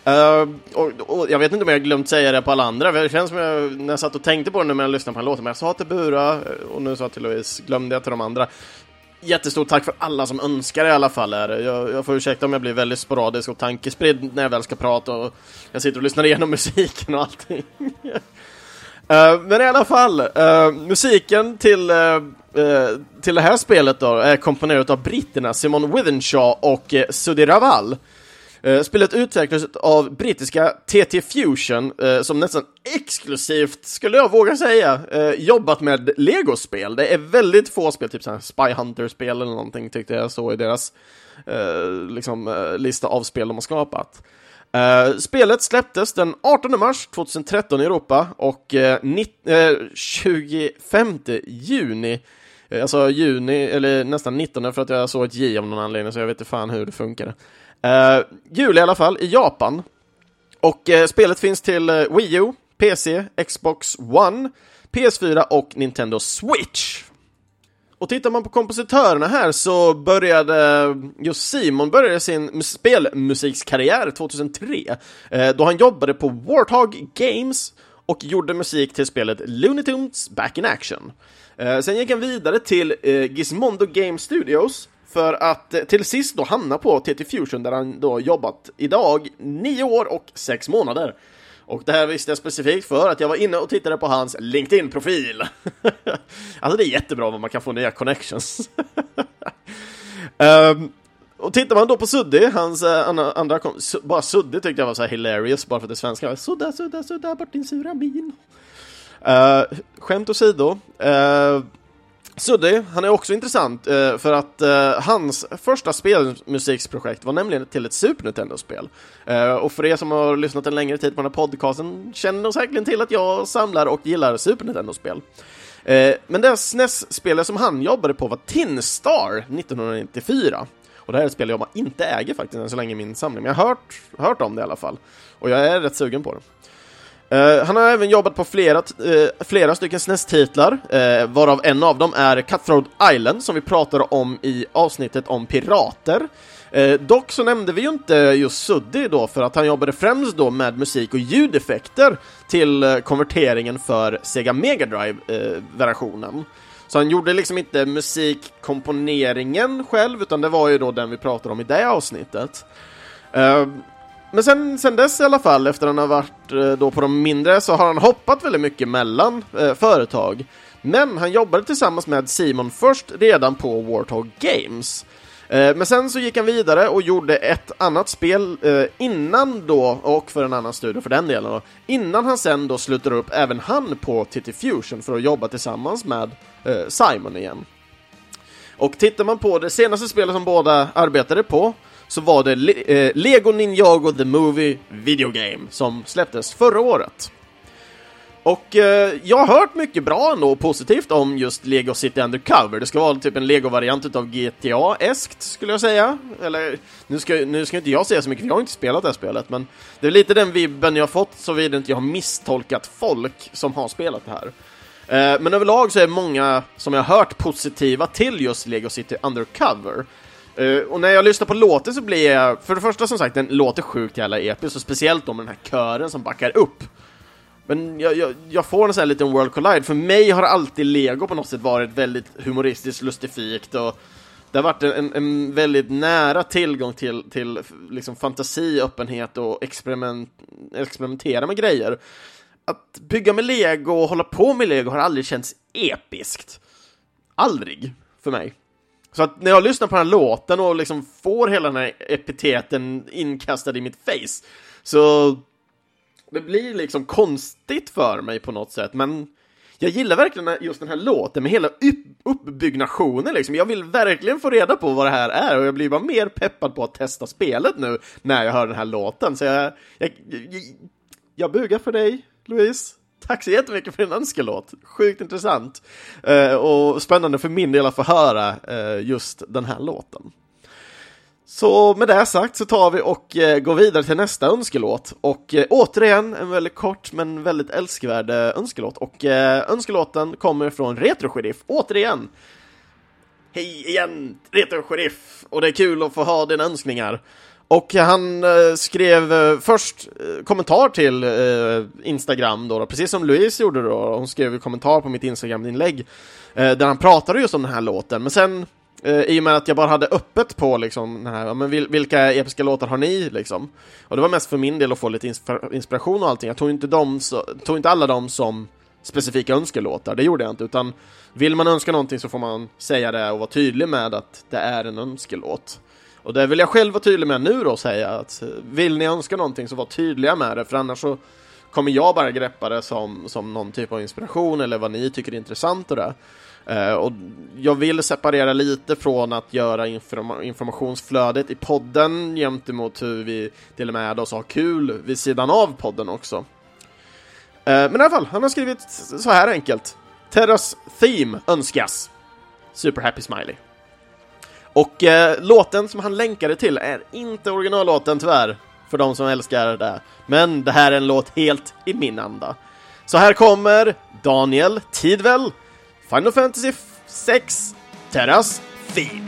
[SPEAKER 1] Och jag vet inte om jag glömt säga det på alla andra. Det känns som när jag satt och tänkte på det nu när jag lyssnade på den låten. Men jag sa till Bura och nu sa till Louise, glömde jag till de andra. Jättestort tack för alla som önskar i alla fall här. Jag får ursäkta om jag blir väldigt sporadisk och tankespridd när jag väl ska prata och jag sitter och lyssnar igenom musiken och allting. Men i alla fall, musiken till det här spelet då är komponerat av britterna Simon Withenshaw och Sudhi Raval. Spelet utvecklades av brittiska TT Fusion som nästan exklusivt, skulle jag våga säga, jobbat med Lego-spel. Det är väldigt få spel, typ såhär Spy Hunter-spel eller någonting tyckte jag så i deras lista av spel de har skapat. Spelet släpptes den 18 mars 2013 i Europa och 25 juni, alltså juni, eller nästan 19 för att jag såg ett J av någon anledning så jag vet inte fan hur det funkar. Juli i alla fall i Japan. Och spelet finns till Wii U, PC, Xbox One, PS4 och Nintendo Switch. Och tittar man på kompositörerna här så började just Simon sin spelmusikskarriär 2003 då han jobbade på Warthog Games och gjorde musik till spelet Looney Tunes Back in Action. Sen gick han vidare till Gizmondo Game Studios för att till sist då hamna på TT Fusion där han då jobbat idag 9 år och 6 månader. Och det här visste jag specifikt för att jag var inne och tittade på hans LinkedIn-profil. Alltså det är jättebra vad man kan få nya connections. Och tittar man då på Suddy, hans andra bara Suddy tyckte jag var så här hilarious, bara för att det är svenska. Sudda, bort din sura min. Skämt åsido. Suddy, han är också intressant för att hans första spelmusiksprojekt var nämligen till ett Super Nintendo-spel. Och för er som har lyssnat en längre tid på den här podcasten känner säkerligen till att jag samlar och gillar Super Nintendo-spel. Men det SNES-spelet som han jobbade på var Tin Star 1994. Och det här är ett spel jag inte äger faktiskt än så länge i min samling. Men jag har hört om det i alla fall. Och jag är rätt sugen på det. Han har även jobbat på flera stycken SNES-titlar, varav en av dem är Cutthroat Island som vi pratade om i avsnittet om pirater. Dock så nämnde vi ju inte just Suddy då, för att han jobbade främst då med musik och ljudeffekter till konverteringen för Sega Mega Drive-versionen. Så han gjorde liksom inte musikkomponeringen själv, utan det var ju då den vi pratade om i det avsnittet. Men sen dess i alla fall, efter han har varit då på de mindre, så har han hoppat väldigt mycket mellan företag. Men han jobbade tillsammans med Simon först redan på Warthog Games. Men sen så gick han vidare och gjorde ett annat spel innan då, och för en annan studio för den delen då, innan han sen då slutade upp även han på TT Fusion för att jobba tillsammans med Simon igen. Och tittar man på det senaste spelet som båda arbetade på, så var det Lego Ninjago The Movie Video Game som släpptes förra året. Och jag har hört mycket bra ändå positivt om just Lego City Undercover. Det ska vara typ en Lego-variant utav GTA-eskt skulle jag säga. Eller, nu ska inte jag säga så mycket, för jag har inte spelat det här spelet. Men det är lite den vibben jag har fått, så vidare inte jag har misstolkat folk som har spelat det här. Men överlag så är många som jag har hört positiva till just Lego City Undercover. Och när jag lyssnar på låten så blir jag, för det första som sagt, den låter sjukt jävla episk, och speciellt om den här kören som backar upp. Men jag får en sån här liten World Collide. För mig har alltid Lego på något sätt varit väldigt humoristiskt, lustifikt, och det har varit en väldigt nära tillgång till liksom fantasi, öppenhet och experimentera med grejer. Att bygga med Lego och hålla på med Lego har aldrig känts episkt. Aldrig för mig. Så att när jag lyssnar på den här låten och liksom får hela den här epiteten inkastad i mitt face, så det blir liksom konstigt för mig på något sätt. Men jag gillar verkligen just den här låten med hela uppbyggnationen liksom. Jag vill verkligen få reda på vad det här är, och jag blir bara mer peppad på att testa spelet nu när jag hör den här låten. Så jag bugar för dig, Louise. Tack så jättemycket för din önskelåt. Sjukt intressant. Och spännande för min del att få höra just den här låten. Så med det sagt så tar vi och går vidare till nästa önskelåt. Och återigen en väldigt kort men väldigt älskvärd önskelåt. Och önskelåten kommer från Retro Sheriff. Återigen. Hej igen, Retro Sheriff. Och det är kul att få ha dina önskningar. Och han skrev först kommentar till Instagram då, precis som Louise gjorde då. Hon skrev kommentar på mitt Instagram-inlägg där han pratade just om den här låten. Men sen, i och med att jag bara hade öppet på liksom den här, men vilka episka låtar har ni liksom? Och det var mest för min del att få lite inspiration och allting. Jag tog inte alla dem som specifika önskelåtar, det gjorde jag inte. Utan vill man önska någonting så får man säga det och vara tydlig med att det är en önskelåt. Och det vill jag själv vara tydlig med nu då, säga att vill ni önska någonting så var tydliga med det, för annars så kommer jag bara greppa det som någon typ av inspiration eller vad ni tycker är intressant och det. Och jag vill separera lite från att göra informationsflödet i podden gentemot hur vi delar med oss och har kul vid sidan av podden också. Men i alla fall, han har skrivit så här enkelt: Terras theme önskas. Super happy smiley. Och låten som han länkade till är inte originallåten tyvärr, för de som älskar det. Men det här är en låt helt i min anda. Så här kommer Daniel Tidwell, Final Fantasy 6, Terras theme.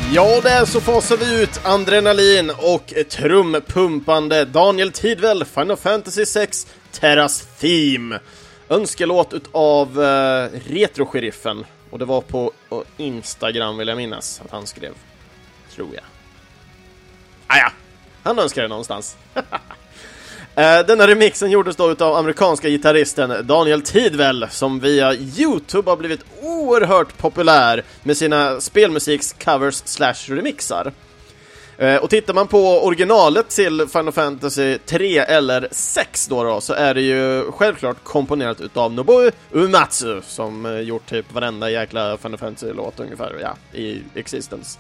[SPEAKER 1] Ja, där så fasar vi ut adrenalin och trumpumpande Daniel Tidwell, Final Fantasy 6 Terras Theme. Önskelåt utav Retro-sheriffen. Och det var på Instagram, vill jag minnas att han skrev. Tror jag. Ja, han önskade det någonstans. Denna remixen gjordes då utav amerikanska gitarristen Daniel Tidwell, som via YouTube har blivit oerhört populär med sina spelmusiks-covers/remixar. Och tittar man på originalet till Final Fantasy 3 eller 6 då, så är det ju självklart komponerat utav Nobuo Uematsu, som gjort typ varenda jäkla Final Fantasy-låt ungefär, i existence.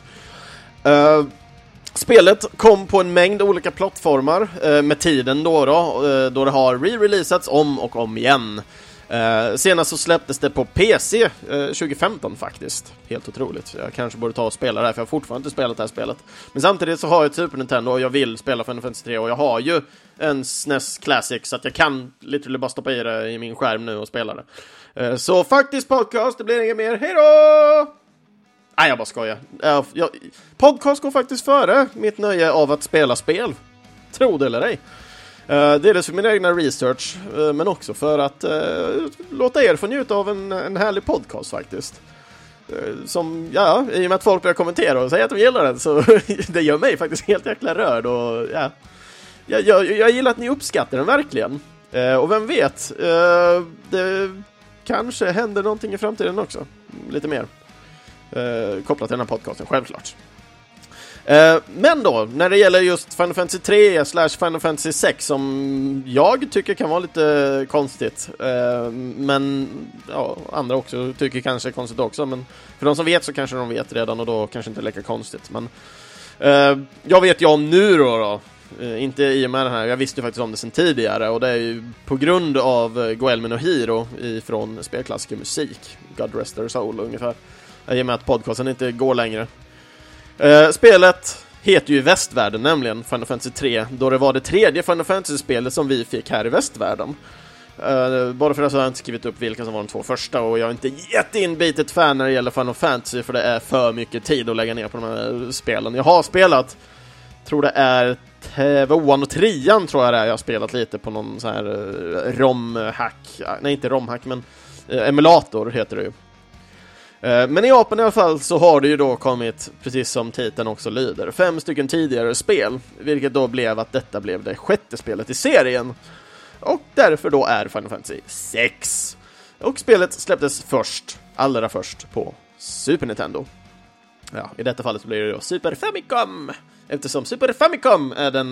[SPEAKER 1] Spelet kom på en mängd olika plattformar med tiden då det har re-releasats om och om igen. Senast så släpptes det på PC 2015 faktiskt. Helt otroligt. Jag kanske borde ta och spela det här, för jag har fortfarande inte spelat det här spelet. Men samtidigt så har jag ett Super Nintendo och jag vill spela Final Fantasy 3, och jag har ju en SNES Classic, så att jag kan literally bara stoppa i det i min skärm nu och spela det. Så faktiskt podcast, det blir inget mer. Hej då! Nej, jag bara skojar. Podcast går faktiskt före mitt nöje av att spela spel. Tro det eller ej. Dels för min egna research, men också för att låta er få njuta av en härlig podcast faktiskt. Som, i och med att folk börjar kommentera och säga att de gillar den, så det gör mig faktiskt helt jäkla rörd. Och jag gillar att ni uppskattar den verkligen. Och vem vet, det kanske händer någonting i framtiden också. Lite mer. Kopplat till den här podcasten, självklart. Men då, när det gäller just Final Fantasy 3 / Final Fantasy 6, som jag tycker kan vara lite konstigt, men andra också tycker kanske är konstigt också, men för de som vet så kanske de vet redan, och då kanske inte lika konstigt. Men jag vet ju om nu då, inte i och med den här, jag visste ju faktiskt om det sedan tidigare, och det är ju på grund av Guillermo Hiro ifrån spelklassiker musik, God Rest Their Soul ungefär, i och med att podcasten inte går längre. Spelet heter ju i västvärlden nämligen Final Fantasy 3, då det var det tredje Final Fantasy-spelet som vi fick här i västvärlden. Bara för det så har jag inte skrivit upp vilka som var de två första, och jag är inte jätteinbitet fan när det gäller Final Fantasy, för det är för mycket tid att lägga ner på de här spelen. Jag har spelat, tror det är 1 och 3 tror jag det är, jag har spelat lite på någon så här ROM-hack, nej inte ROM-hack men emulator heter det ju. Men i Japan i alla fall så har det ju då kommit, precis som titeln också lyder, 5 stycken tidigare spel, vilket då blev att detta blev det 6:e spelet i serien. Och därför då är Final Fantasy 6. Och spelet släpptes allra först på Super Nintendo. Ja, i detta fallet så blir det då Super Famicom, eftersom Super Famicom är den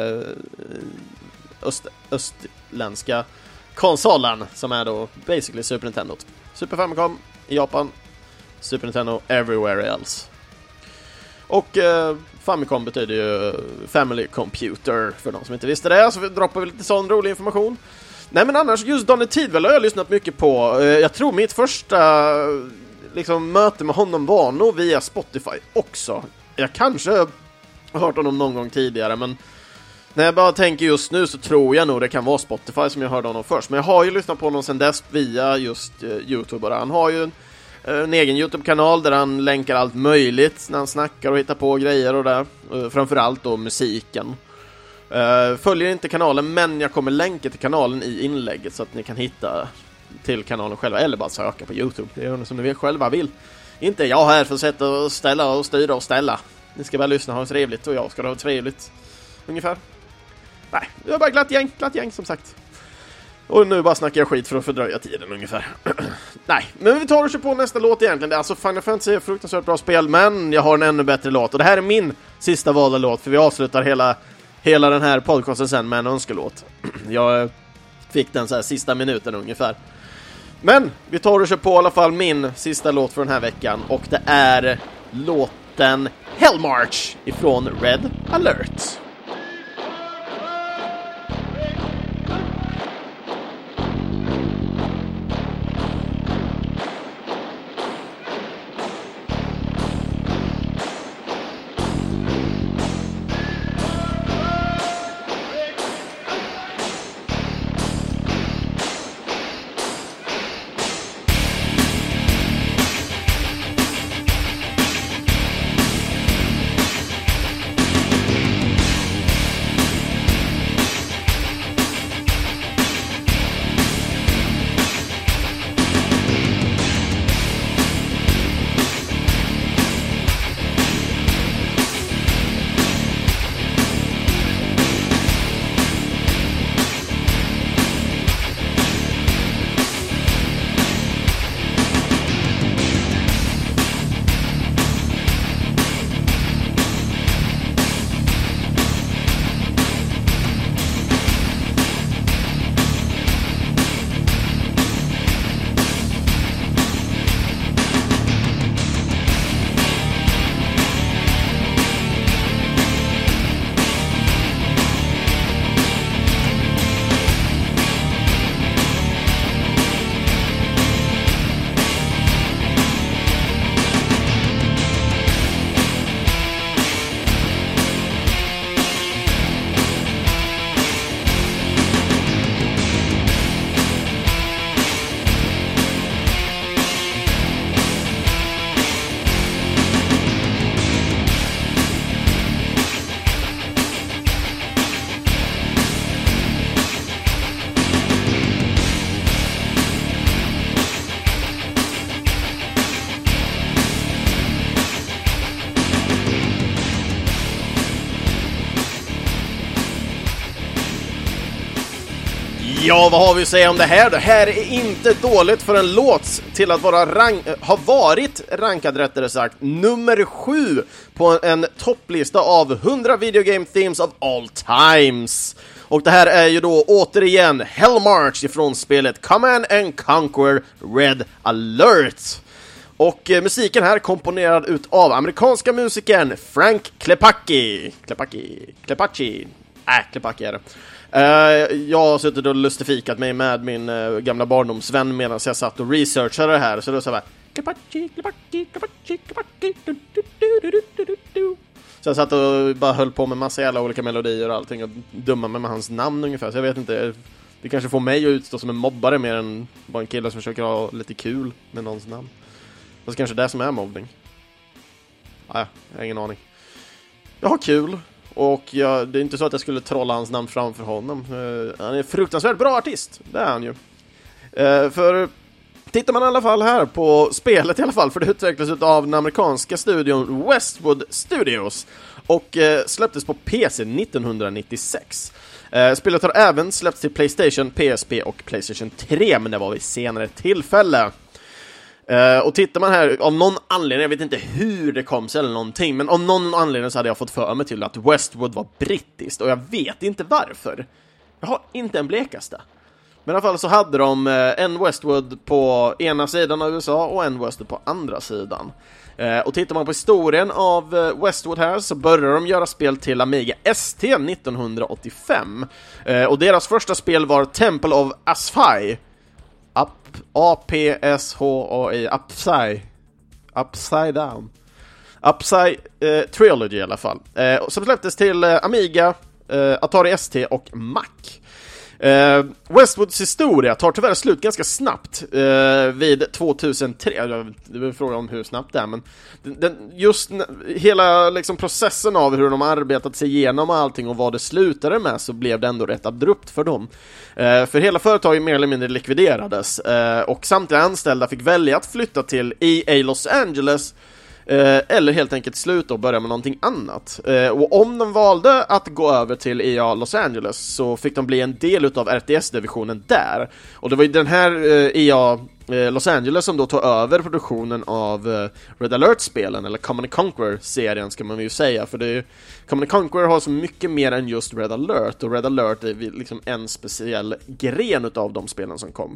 [SPEAKER 1] östländska konsolen som är då basically Super Nintendo. Super Famicom i Japan, Super Nintendo everywhere else. Och Famicom betyder ju Family Computer, för de som inte visste det, så vi droppar vi lite sån rolig information. Nej, men annars, just Daniel Tidwell har jag lyssnat mycket på. Jag tror mitt första möte med honom var nog via Spotify också. Jag kanske har hört honom någon gång tidigare, men när jag bara tänker just nu så tror jag nog det kan vara Spotify som jag hörde honom först. Men jag har ju lyssnat på honom sedan dess via just YouTube. Han har ju en egen YouTube-kanal där han länkar allt möjligt när han snackar och hittar på grejer och där. Framförallt då musiken. Följer inte kanalen, men jag kommer länka till kanalen i inlägget så att ni kan hitta till kanalen själva, eller bara söka på YouTube. Det är som ni själva vill. Inte jag här för att sätta och ställa och styra och ställa. Ni ska bara lyssna och ha trevligt, och jag ska ha trevligt. Ungefär. Nej, det var bara glatt gäng som sagt. Och nu bara snackar jag skit för att fördröja tiden ungefär. Nej, men vi tar och kör på nästa låt egentligen. Alltså Final Fantasy är ett fruktansvärt bra spel, men jag har en ännu bättre låt. Och det här är min sista valda låt, för vi avslutar hela den här podcasten sen med en önskelåt. Jag fick den så här sista minuten ungefär. Men vi tar och kör på i alla fall min sista låt för den här veckan. Och det är låten Hell March ifrån Red Alert. Ja, vad har vi att säga om det här? Det här är inte dåligt för en låt till att ha varit rankad rättare sagt nummer 7 på en topplista av 100 videogame themes of all times. Och det här är ju då återigen Hell March ifrån spelet Command & Conquer Red Alert. Och musiken här komponerad ut av amerikanska musikern Frank Klepacki. Klepacki är det. Jag har suttit och lustifikat mig med min gamla barndomsvän medan jag satt och researchade det här. Så då sa jag Klepacki. Så jag satt och bara höll på med massa jävla olika melodier och allting och dummade med hans namn ungefär. Så jag vet inte, det kanske får mig att utstå som en mobbare mer än bara en kille som försöker ha lite kul med någons namn. Fast kanske det som är mobbning. Jag har ingen aning. Jag har kul. Och det är inte så att jag skulle trolla hans namn framför honom. Han är en fruktansvärt bra artist. Det är han ju. För tittar man i alla fall här på spelet i alla fall. För det utvecklas av den amerikanska studion Westwood Studios. Och släpptes på PC 1996. Spelet har även släppts till PlayStation, PSP och PlayStation 3. Men det var vid senare tillfälle. Och tittar man här, av någon anledning, jag vet inte hur det kom sig eller någonting, men av någon anledning så hade jag fått för mig till att Westwood var brittiskt, och jag vet inte varför. Jag har inte en blekaste. Men i alla fall så hade de en Westwood på ena sidan av USA och en Westwood på andra sidan. Och tittar man på historien av Westwood här så började de göra spel till Amiga ST 1985. Och deras första spel var Temple of Asphai. A-P-S-H-A-I Upside Down Upside Trilogy i alla fall, som släpptes till Amiga, Atari ST och Mac. Westwoods historia tar tyvärr slut ganska snabbt vid 2003. Det är frågan om hur snabbt det är, men just hela liksom processen av hur de har arbetat sig igenom allting och vad det slutade med, så blev det ändå rätt abrupt för dem. För hela företaget mer eller mindre likviderades, och samtliga anställda fick välja att flytta till EA Los Angeles eller helt enkelt sluta och börja med någonting annat. Och om de valde att gå över till EA Los Angeles så fick de bli en del utav RTS-divisionen där. Och det var ju den här EA Los Angeles som då tog över produktionen av Red Alert-spelen, eller Command & Conquer-serien ska man ju säga. För det är ju, Command & Conquer har så mycket mer än just Red Alert, och Red Alert är liksom en speciell gren utav de spelen som kom.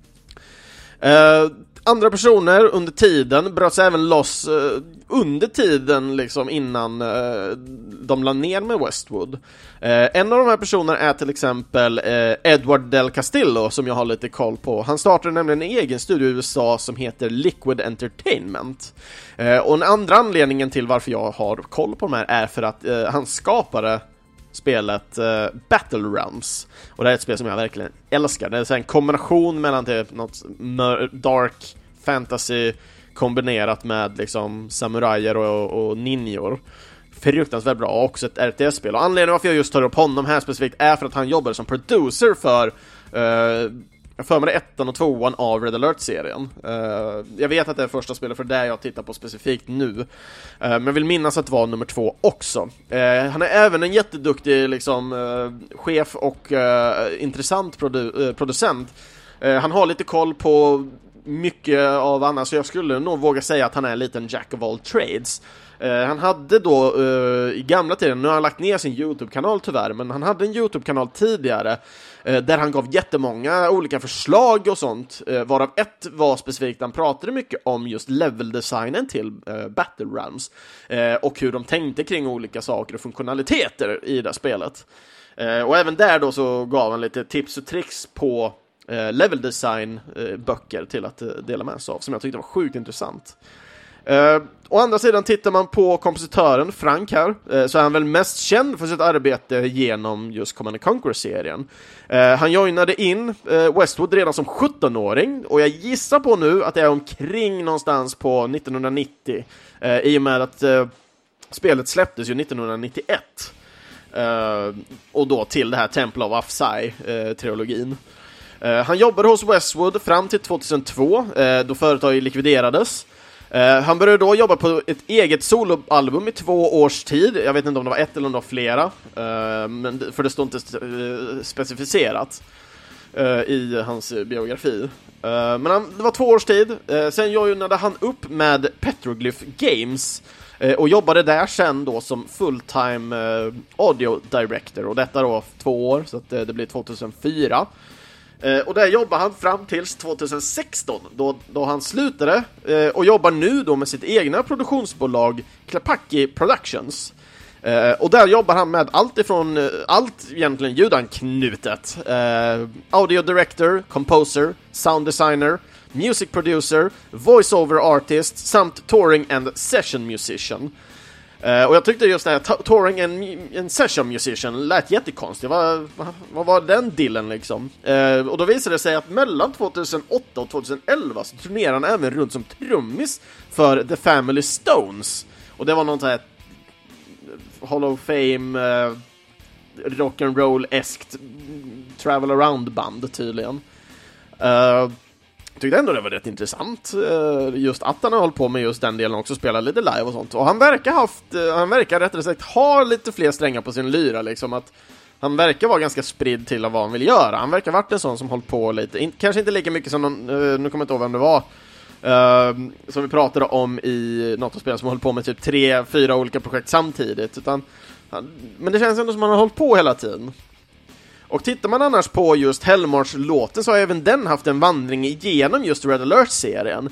[SPEAKER 1] Andra personer under tiden bröts även loss under tiden liksom innan de la ner med Westwood. En av de här personerna är till exempel Edward Del Castillo, som jag har lite koll på. Han startade nämligen en egen studio i USA som heter Liquid Entertainment. Och den andra anledningen till varför jag har koll på de här är för att han skapade spelet Battle Realms. Och det är ett spel som jag verkligen älskar. Det är så en kombination mellan typ något dark fantasy kombinerat med liksom samurajer och ninjor. Fruktansvärt bra. Och också ett RTS-spel. Och anledningen varför jag just tar upp honom här specifikt är för att han jobbar som producer för för mig 1 och 2 av Red Alert-serien. Jag vet att det är första spelet för det jag tittar på specifikt nu. Men jag vill minnas att det var nummer 2 också. Han är även en jätteduktig liksom, chef och intressant producent. Han har lite koll på mycket av annat, så jag skulle nog våga säga att han är en liten jack of all trades. Han hade då i gamla tiden, nu har han lagt ner sin YouTube-kanal tyvärr, men han hade en YouTube-kanal tidigare där han gav jättemånga olika förslag och sånt, varav ett var specifikt, han pratade mycket om just level-designen till Battle Realms och hur de tänkte kring olika saker och funktionaliteter i det spelet. Och även där då så gav han lite tips och tricks på level design böcker till att dela med sig av, som jag tyckte var sjukt intressant. Å andra sidan tittar man på kompositören Frank här, så är han väl mest känd för sitt arbete genom just Command & Conquer-serien. Han joinade in Westwood redan som 17-åring, och jag gissar på nu att det är omkring någonstans på 1990, i och med att spelet släpptes ju 1991. Och då till det här Temple of Asphai-trilogin. Han jobbade hos Westwood fram till 2002, då företaget likviderades. Han började då jobba på ett eget soloalbum i 2 års tid. Jag vet inte om det var 1 eller om det var flera, men för det står inte specificerat. i hans biografi. Men det var 2 års tid. Sen joinade han upp med Petroglyph Games och jobbade där sen då som fulltime audio director. Och detta då 2 år, så att det blir 2004. Och där jobbar han fram tills 2016 då han slutade och jobbar nu då med sitt egna produktionsbolag Klepaki Productions. Och där jobbar han med allt ifrån allt egentligen ljudanknutet. Audio director, composer, sound designer, music producer, voice-over artist samt touring and session musician. Och jag tyckte just det här touring and session musician lät jättekonstigt. Vad var den dillen liksom? Och då visade det sig att mellan 2008 och 2011 så turnerade han även runt som trummis för The Family Stones. Och det var någon sån här Hall of Fame rock'n'roll-eskt travel around band tydligen. Tyckte ändå det var rätt intressant just att han har hållit på med just den delen också, spela lite live och sånt. Och han verkar rättare sagt ha lite fler strängar på sin lyra liksom, att han verkar vara ganska spridd till vad han vill göra. Han verkar ha varit en sån som hållit på lite, kanske inte lika mycket som någon, nu kommer jag inte ihåg vem det var, som vi pratade om i något spel som håller på med typ 3-4 olika projekt samtidigt, men det känns ändå som han har hållit på hela tiden. Och tittar man annars på just Hellmarch-låten så har även den haft en vandring igenom just Red Alert-serien.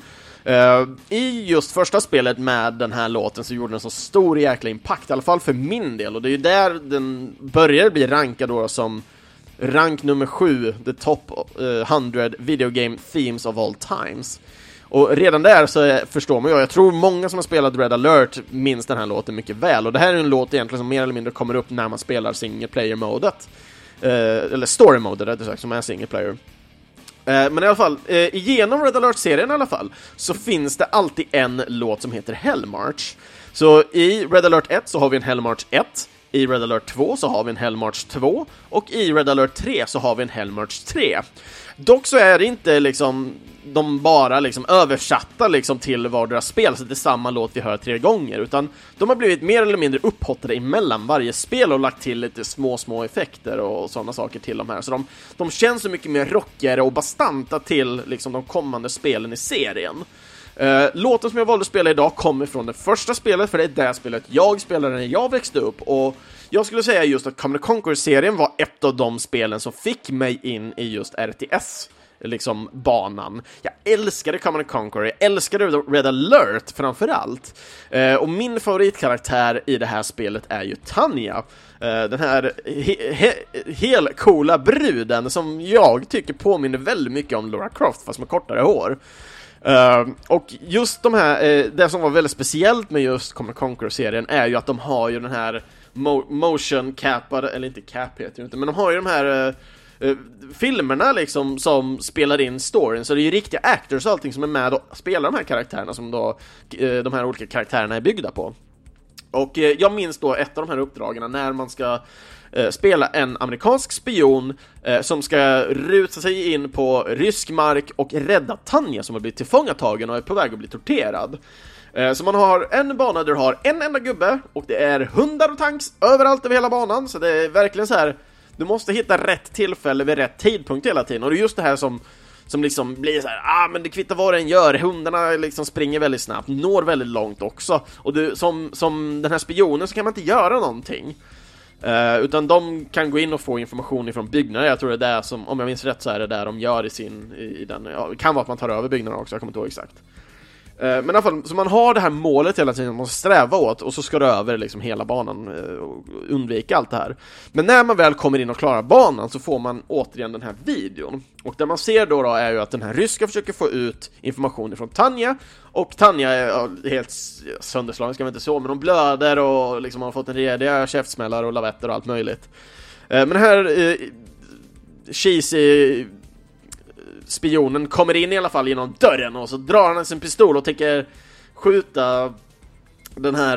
[SPEAKER 1] I just första spelet med den här låten så gjorde den så stor jäkla impact, i alla fall för min del. Och det är ju där den börjar bli rankad då som rank nummer 7, the top 100 video game themes of all times. Och redan där så förstår man ju, jag tror många som har spelat Red Alert minns den här låten mycket väl. Och det här är en låt egentligen som mer eller mindre kommer upp när man spelar single player-modet. Eller story mode rättare sagt, som är single player. Men i alla fall, igenom Red Alert-serien i alla fall så finns det alltid en låt som heter Hellmarch. Så i Red Alert 1 så har vi en Hellmarch 1, i Red Alert 2 så har vi en Hellmarch 2 och i Red Alert 3 så har vi en Hellmarch 3. Dock så är det inte liksom de bara liksom översatta liksom till vardera spel, så det är samma låt vi hör 3 gånger, utan de har blivit mer eller mindre upphottade emellan varje spel och lagt till lite små effekter och sådana saker till de här, så de känns så mycket mer rockigare och bastanta till liksom de kommande spelen i serien. Låten som jag valde att spela idag kommer från det första spelet, för det är det spelet jag spelade när jag växte upp, och jag skulle säga just att Command & Conquer-serien var ett av de spelen som fick mig in i just RTS liksom banan. Jag älskade Command & Conquer, jag älskade Red Alert framförallt. Och min favoritkaraktär i det här spelet är ju Tanya. Den här helt coola bruden som jag tycker påminner väldigt mycket om Lara Croft fast med kortare hår. Och just de här, det som var väldigt speciellt med just Command & Conquer-serien är ju att de har ju den här motion capade, eller inte cap heter det inte, men de har ju de här filmerna liksom som spelar in storyn, så det är ju riktiga actors och allting som är med och spelar de här karaktärerna som då de här olika karaktärerna är byggda på. Och jag minns då ett av de här uppdragen när man ska spela en amerikansk spion som ska ruta sig in på rysk mark och rädda Tanya som har blivit tillfångatagen och är på väg att bli torterad. Så man har en bana där du har en enda gubbe och det är hundar och tanks överallt över hela banan, så det är verkligen så här, du måste hitta rätt tillfälle vid rätt tidpunkt hela tiden. Och det är just det här som liksom blir så här, men det kvittar vad den gör. Hundarna liksom springer väldigt snabbt, når väldigt långt också. Och du, som den här spionen så kan man inte göra någonting. Utan de kan gå in och få information ifrån byggnader. Jag tror det är där som, om jag minns rätt så är det där de gör i den. Ja, det kan vara att man tar över byggnader också, jag kommer inte ihåg exakt. Men i alla fall, så man har det här målet hela tiden man måste sträva åt, och så ska du över liksom hela banan och undvika allt det här. Men när man väl kommer in och klarar banan så får man återigen den här videon. Och det man ser då är ju att den här ryska försöker få ut information från Tanya, och Tanya är helt sönderslagen, ska man inte så, men de blöder och liksom har fått en rediga käftsmällar och lavetter och allt möjligt. Men den här cheesy spionen kommer in i alla fall genom dörren, och så drar han sin pistol och tänker skjuta den här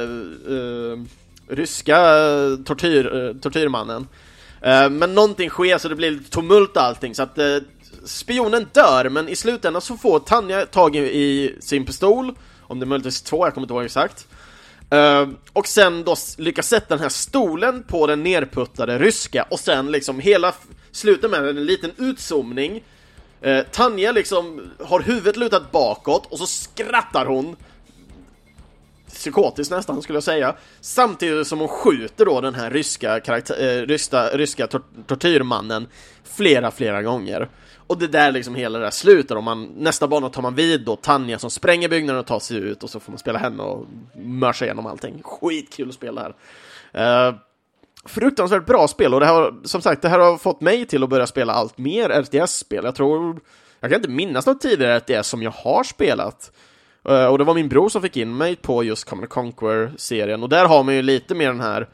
[SPEAKER 1] ryska tortyrmannen. Men någonting sker så det blir lite tumult och allting, så att spionen dör, men i slutändan så får Tanya tag i sin pistol, om det är möjligtvis 2, jag kommer inte ihåg exakt. Och sen då lyckas sätta den här stolen på den nerputtade ryska, och sen liksom slutar med en liten utzoomning. Tanja liksom har huvudet lutat bakåt och så skrattar hon psykotiskt nästan, skulle jag säga, samtidigt som hon skjuter då den här ryska tortyrmannen flera gånger. Och det där liksom hela det där slutar. Och nästa bana tar man vid då Tanja som spränger byggnaden och tar sig ut, och så får man spela henne och mörsa igenom allting. Skitkul att spela här. Fruktansvärt bra spel, och det här, som sagt, det här har fått mig till att börja spela allt mer RTS-spel. Jag kan inte minnas något tidigare RTS som jag har spelat. Och det var min bror som fick in mig på just Command & Conquer-serien. Och där har man ju lite mer den här...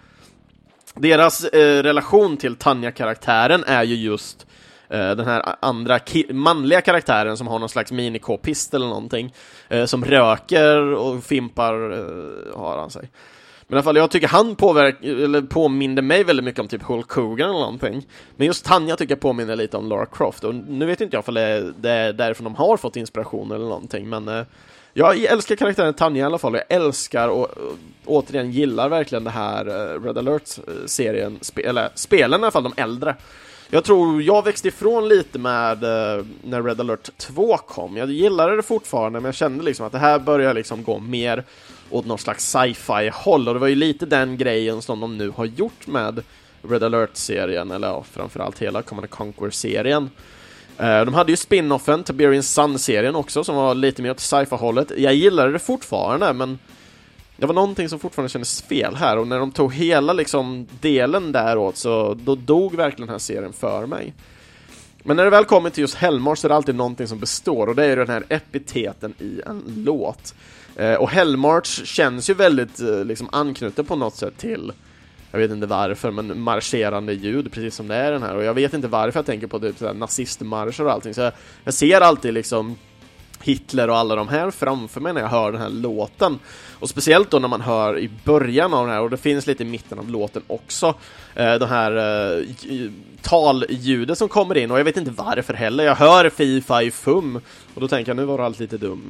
[SPEAKER 1] Deras relation till Tanja-karaktären är ju just den här andra manliga karaktären som har någon slags mini-K-pist eller någonting. Som röker och fimpar, har han sig. Men i alla fall, jag tycker han påminner mig väldigt mycket om typ Hulk Hogan eller någonting. Men just Tanja tycker jag påminner lite om Lara Croft. Och nu vet inte jag om det är därifrån de har fått inspiration eller någonting. Men jag älskar karaktären Tanja i alla fall. Jag älskar och återigen gillar verkligen det här Red Alert-serien. Spelen i alla fall, de äldre. Jag tror jag växte ifrån lite med när Red Alert 2 kom. Jag gillade det fortfarande, men jag kände liksom att det här börjar liksom gå mer åt någon slags sci-fi håll. Och det var ju lite den grejen som de nu har gjort med Red Alert-serien, eller ja, framförallt hela Command & Conquer-serien. De hade ju spin-offen Tiberian Sun-serien också, som var lite mer åt sci-fi-hållet. Jag gillade det fortfarande, men det var någonting som fortfarande kändes fel här. Och när de tog hela liksom delen däråt, så då dog verkligen den här serien för mig. Men när det väl kommer till just Hellmarch så är det alltid någonting som består, och det är den här epiteten i en låt. Och Hellmarch känns ju väldigt liksom anknuten på något sätt till, jag vet inte varför, men marscherande ljud, precis som det är den här. Och jag vet inte varför jag tänker på typ nazistmarscher och allting. Så jag ser alltid liksom Hitler och alla de här framför mig när jag hör den här låten. Och speciellt då när man hör i början av den här, och det finns lite i mitten av låten också, de här talljudet som kommer in. Och jag vet inte varför heller. Jag hör fi, fi, fum, och då tänker jag, nu var allt lite dum.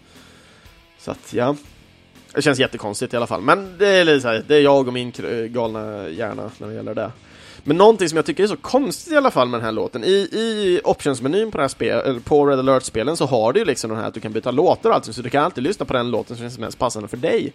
[SPEAKER 1] Så att, ja. Det känns jättekonstigt i alla fall. Men det är lite så här, det är jag och min galna hjärna när det gäller det. Men någonting som jag tycker är så konstigt i alla fall med den här låten, i optionsmenyn på, på Red Alert-spelen så har du ju liksom den här att du kan byta låtar och allt, så du kan alltid lyssna på den låten som är mest passande för dig.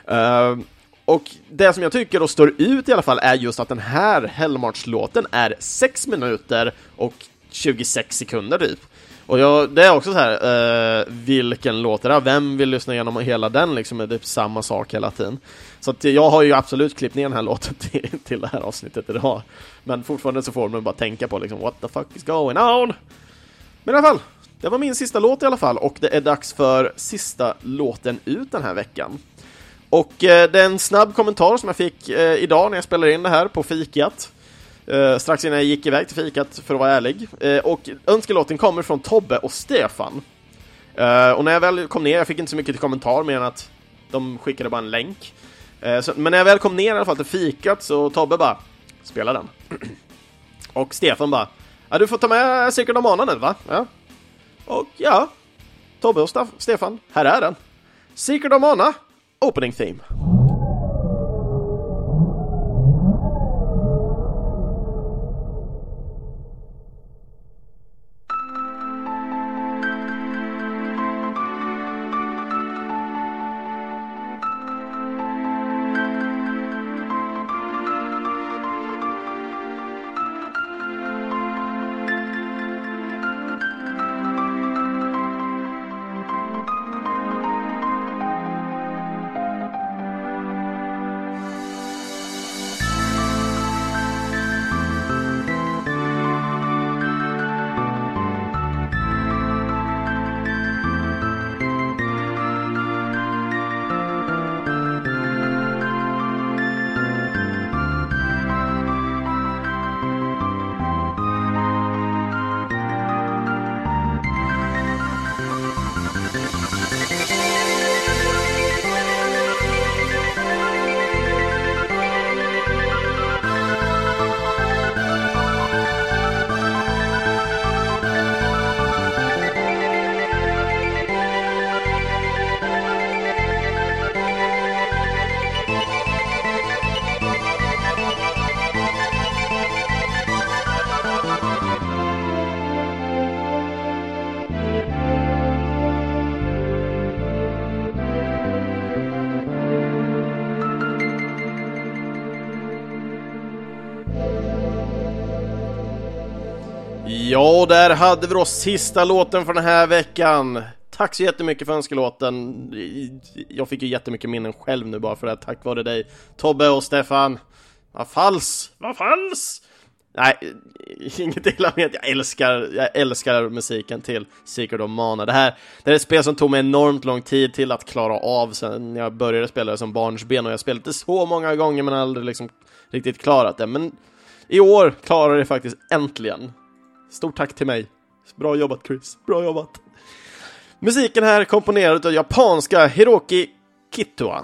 [SPEAKER 1] Och det som jag tycker då står ut i alla fall är just att den här Hellmarch-låten är 6 minuter och 26 sekunder typ. Och det är också så här, vilken låt är det? Vem vill lyssna igenom hela den liksom? Är det samma sak hela tiden? Så att jag har ju absolut klippt ner den här låten till det här avsnittet idag. Men fortfarande så får man bara tänka på liksom, what the fuck is going on? Men i alla fall, det var min sista låt i alla fall. Och det är dags för sista låten ut den här veckan. Och det är en snabb kommentar som jag fick idag när jag spelade in det här på fikat. Strax innan jag gick iväg till fikat, för att vara ärlig. Och önskelåten kommer från Tobbe och Stefan. Och när jag väl kom ner, jag fick inte så mycket till kommentar mer än att de skickade bara en länk. Men när jag väl kom ner i alla fall till fikat, så Tobbe bara, spela den. Och Stefan bara, ja, du får ta med Secret of Mana nu, va? Ja. Och ja, Tobbe och Stefan, här är den. Secret of Mana, opening theme. Ja, där hade vi då sista låten för den här veckan. Tack så jättemycket för önskelåten. Jag fick ju jättemycket minnen själv nu bara för det. Tack vare dig, Tobbe och Stefan. Vad fals! Nej, inget illa med. Jag älskar musiken till Secret of Mana. Det här är ett spel som tog mig enormt lång tid till att klara av sen jag började spela som barnsben. Och jag spelat det så många gånger men aldrig liksom riktigt klarat det. Men i år klarar jag det faktiskt äntligen. Stort tack till mig. Bra jobbat, Chris. Bra jobbat. Musiken här är komponerad av japanska Hiroki Kikuta.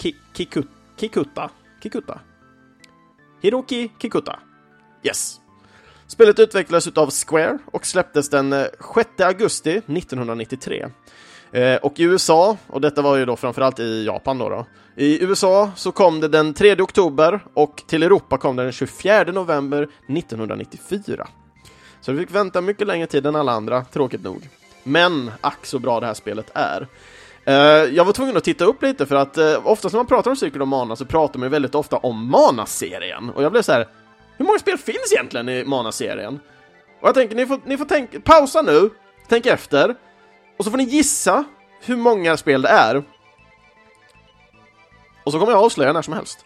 [SPEAKER 1] Hiroki Kikuta. Yes. Spelet utvecklades av Square och släpptes den 6 augusti 1993. Och i USA, och detta var ju då framförallt i Japan då. I USA så kom det den 3 oktober och till Europa kom det den 24 november 1994. Så vi fick vänta mycket längre tid än alla andra, tråkigt nog. Men ack så bra det här spelet är. Jag var tvungen att titta upp lite för att oftast när man pratar om Secret of Mana så pratar man ju väldigt ofta om Mana-serien. Och jag blev så här: hur många spel finns egentligen i Mana-serien? Och jag tänker, ni får tänka, pausa nu, tänk efter. Och så får ni gissa hur många spel det är. Och så kommer jag avslöja när som helst.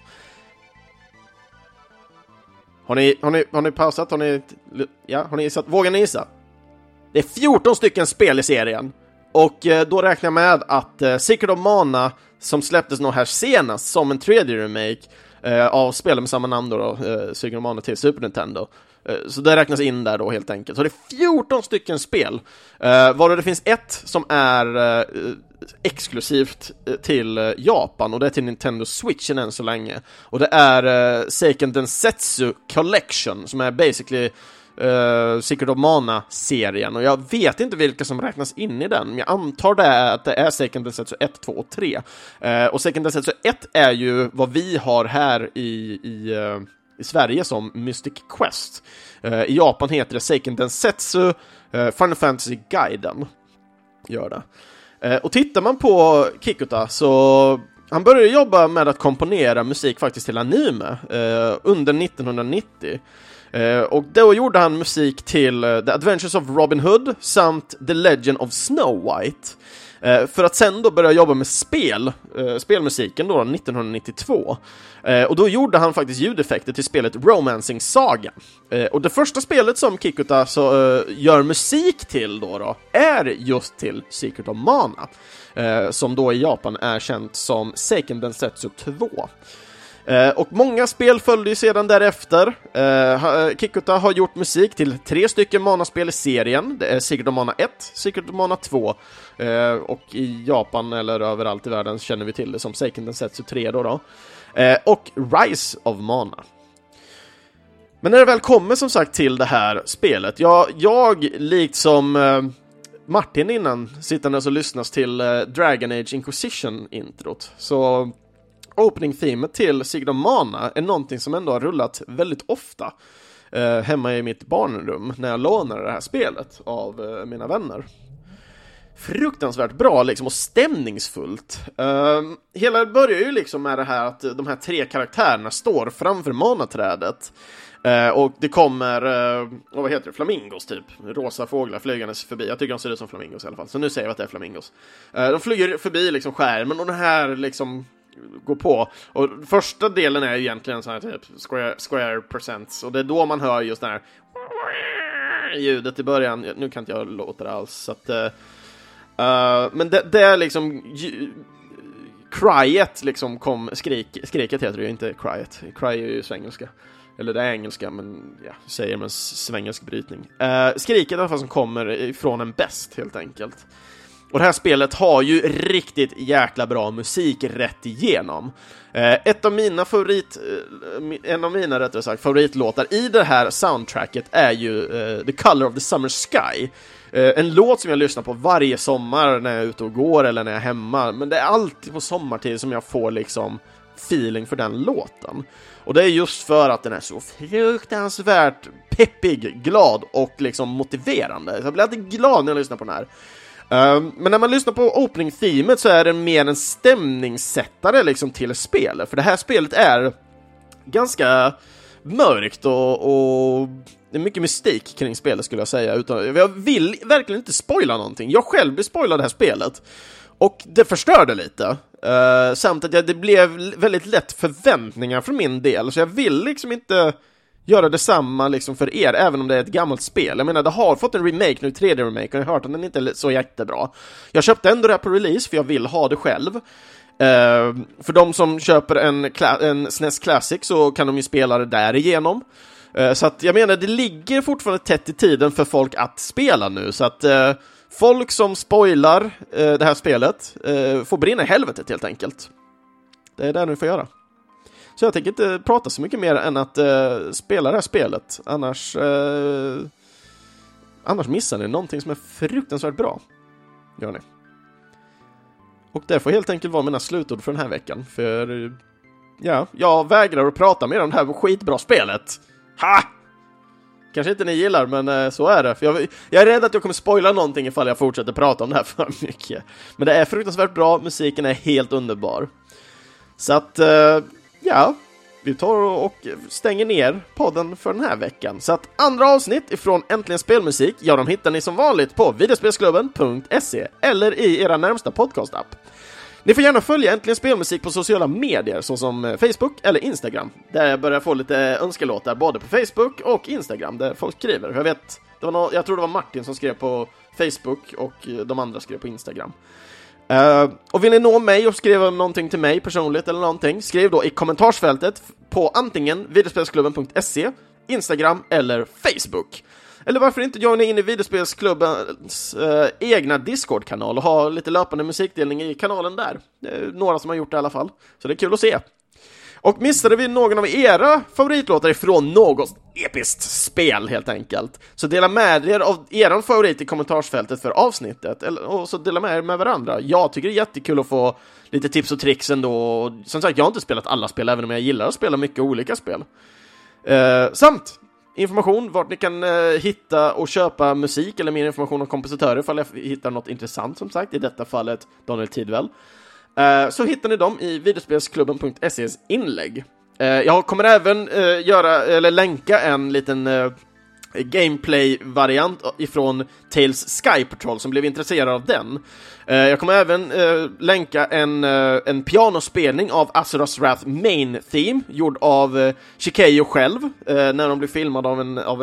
[SPEAKER 1] Har ni pausat? Har ni gissat? Vågar ni gissa? Det är 14 stycken spel i serien. Och då räknar jag med att Secret of Mana, som släpptes nog här senast som en 3D-remake av spel med samma namn då, Secret of Mana till Super Nintendo. Så det räknas in där då helt enkelt. Så det är 14 stycken spel. Var det finns ett som är exklusivt till Japan, och det är till Nintendo Switch än så länge. Och det är Seiken Densetsu Collection, som är basically Secret of Mana-serien. Och jag vet inte vilka som räknas in i den, men jag antar att det är Seiken Densetsu 1, 2 och 3. Och Seiken Densetsu 1 är ju vad vi har här i Sverige som Mystic Quest. I Japan heter det Seiken Densetsu Final Fantasy Gaiden. Gör det. Och tittar man på Kikuta så han började jobba med att komponera musik faktiskt till anime under 1990. Och då gjorde han musik till The Adventures of Robin Hood samt The Legend of Snow White. För att sen då börja jobba med spelmusiken då 1992. Och då gjorde han faktiskt ljudeffekter till spelet Romancing Saga. Och det första spelet som Kikuta gör musik till då är just till Secret of Mana. Som då i Japan är känt som Seiken Densetsu 2. Och många spel följde ju sedan därefter. Kikuta har gjort musik till 3 stycken Mana-spel i serien. Det är Secret of Mana 1, Secret of Mana 2 och i Japan eller överallt i världen känner vi till det som Seiken Densetsu 3 då. Och Rise of Mana. Men när det väl kommer som sagt till det här spelet, jag likt som Martin innan sittande och lyssnas till Dragon Age Inquisition-introt, så opening-themet till Secret of Mana är någonting som ändå har rullat väldigt ofta hemma i mitt barnrum när jag lånade det här spelet av mina vänner. Fruktansvärt bra liksom, och stämningsfullt. Hela börjar ju liksom med det här att de här 3 karaktärerna står framför manaträdet. Och det kommer, vad heter det? Flamingos typ. Rosa fåglar flygandes förbi. Jag tycker de ser ut som flamingos i alla fall. Så nu säger jag att det är flamingos. De flyger förbi liksom skärmen och den här liksom går på. Och första delen är ju egentligen så här typ square percents. Och det är då man hör just den här ljudet i början. Nu kan inte jag låta det alls. Så att, men det är liksom cryet liksom kom, skriket heter det ju, inte cryet. Cry är ju svengelska. Eller det är engelska, men ja, säger man svengelsk brytning. Skriket i alla fall som kommer ifrån en bäst helt enkelt. Och det här spelet har ju riktigt jäkla bra musik rätt igenom. En av mina rättare sagt favoritlåtar i det här soundtracket är ju The Color of the Summer Sky. En låt som jag lyssnar på varje sommar när jag är ute och går eller när jag är hemma. Men det är alltid på sommartid som jag får liksom feeling för den låten. Och det är just för att den är så fruktansvärt peppig, glad och liksom motiverande. Så jag blir alltid glad när jag lyssnar på den här. Men när man lyssnar på opening-themet så är det mer en stämningssättare liksom till spelet. För det här spelet är ganska mörkt och det är mycket mystik kring spelet skulle jag säga. Utan jag vill verkligen inte spoila någonting. Jag själv blev spoilad det här spelet. Och det förstörde lite. Samt att det blev väldigt lätt förväntningar från min del. Så jag vill liksom inte göra detsamma liksom för er, även om det är ett gammalt spel. Jag menar, det har fått en remake nu, 3D-remake, och jag har hört att den inte är så jättebra. Jag köpte ändå det här på release för jag vill ha det själv. För de som köper en SNES Classic så kan de ju spela det där igenom. Så att jag menar, det ligger fortfarande tätt i tiden för folk att spela nu. Så att folk som spoilar det här spelet får brinna i helvetet helt enkelt. Det är det nu får göra. Så jag tänker inte prata så mycket mer än att spela det här spelet. Annars missar ni någonting som är fruktansvärt bra. Gör ni. Och det får helt enkelt vara mina slutord för den här veckan. För ja, jag vägrar att prata mer om det här skitbra spelet. Ha! Kanske inte ni gillar, men så är det. För jag är rädd att jag kommer spoila någonting ifall jag fortsätter prata om det här för mycket. Men det är fruktansvärt bra, musiken är helt underbar. Så att, ja, vi tar och stänger ner podden för den här veckan. Så att andra avsnitt ifrån Äntligen Spelmusik, ja, de hittar ni som vanligt på videospelsklubben.se eller i era närmsta podcastapp. Ni får gärna följa Äntligen Spelmusik på sociala medier såsom Facebook eller Instagram. Där jag börjar få lite önskelåtar både på Facebook och Instagram där folk skriver. Jag tror det var Martin som skrev på Facebook och de andra skrev på Instagram. Och vill ni nå mig och skriva någonting till mig personligt eller någonting, skriv då i kommentarsfältet på antingen videospelsklubben.se, Instagram eller Facebook. Eller varför inte joina in i videospelsklubbens egna Discord-kanal och ha lite löpande musikdelning i kanalen där. Det är några som har gjort det i alla fall, så det är kul att se. Och missade vi någon av era favoritlåtar ifrån något episkt spel helt enkelt, så dela med er av eran favorit i kommentarsfältet för avsnittet, och så dela med er med varandra. Jag tycker det är jättekul att få lite tips och tricks ändå. Som sagt, jag har inte spelat alla spel, även om jag gillar att spela mycket olika spel. Samt information vart ni kan hitta och köpa musik eller mer information om kompositörer ifall jag hittar något intressant, som sagt, i detta fallet Daniel Tidwell. Så hittar ni dem i videospelsklubben.se's inlägg. Jag kommer även länka en liten gameplay-variant ifrån Tales Sky Patrol som blev intresserad av den. Jag kommer även länka en pianospelning av Asura's Wrath Main Theme gjord av Shikeyo själv när de blev filmade av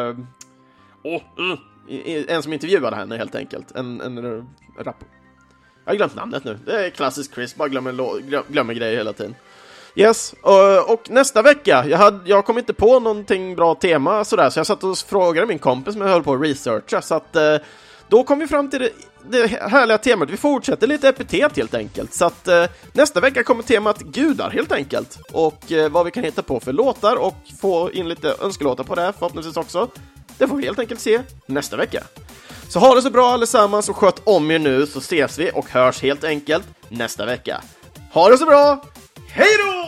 [SPEAKER 1] en som intervjuade henne helt enkelt. En rap. Jag har glömt namnet nu. Det är klassisk Chris, bara glömmer grejer hela tiden. Yes, och nästa vecka jag kom inte på någonting bra tema sådär, så jag satt och frågade min kompis som jag höll på att researcha, så att då kom vi fram till det härliga temat. Vi fortsätter lite epitet helt enkelt. Så att nästa vecka kommer temat gudar helt enkelt, och vad vi kan hitta på för låtar och få in lite önskelåtar på det förhoppningsvis också. Det får vi helt enkelt se nästa vecka. Så ha det så bra allesammans och sköt om er nu, så ses vi och hörs helt enkelt nästa vecka. Ha det så bra, hej då!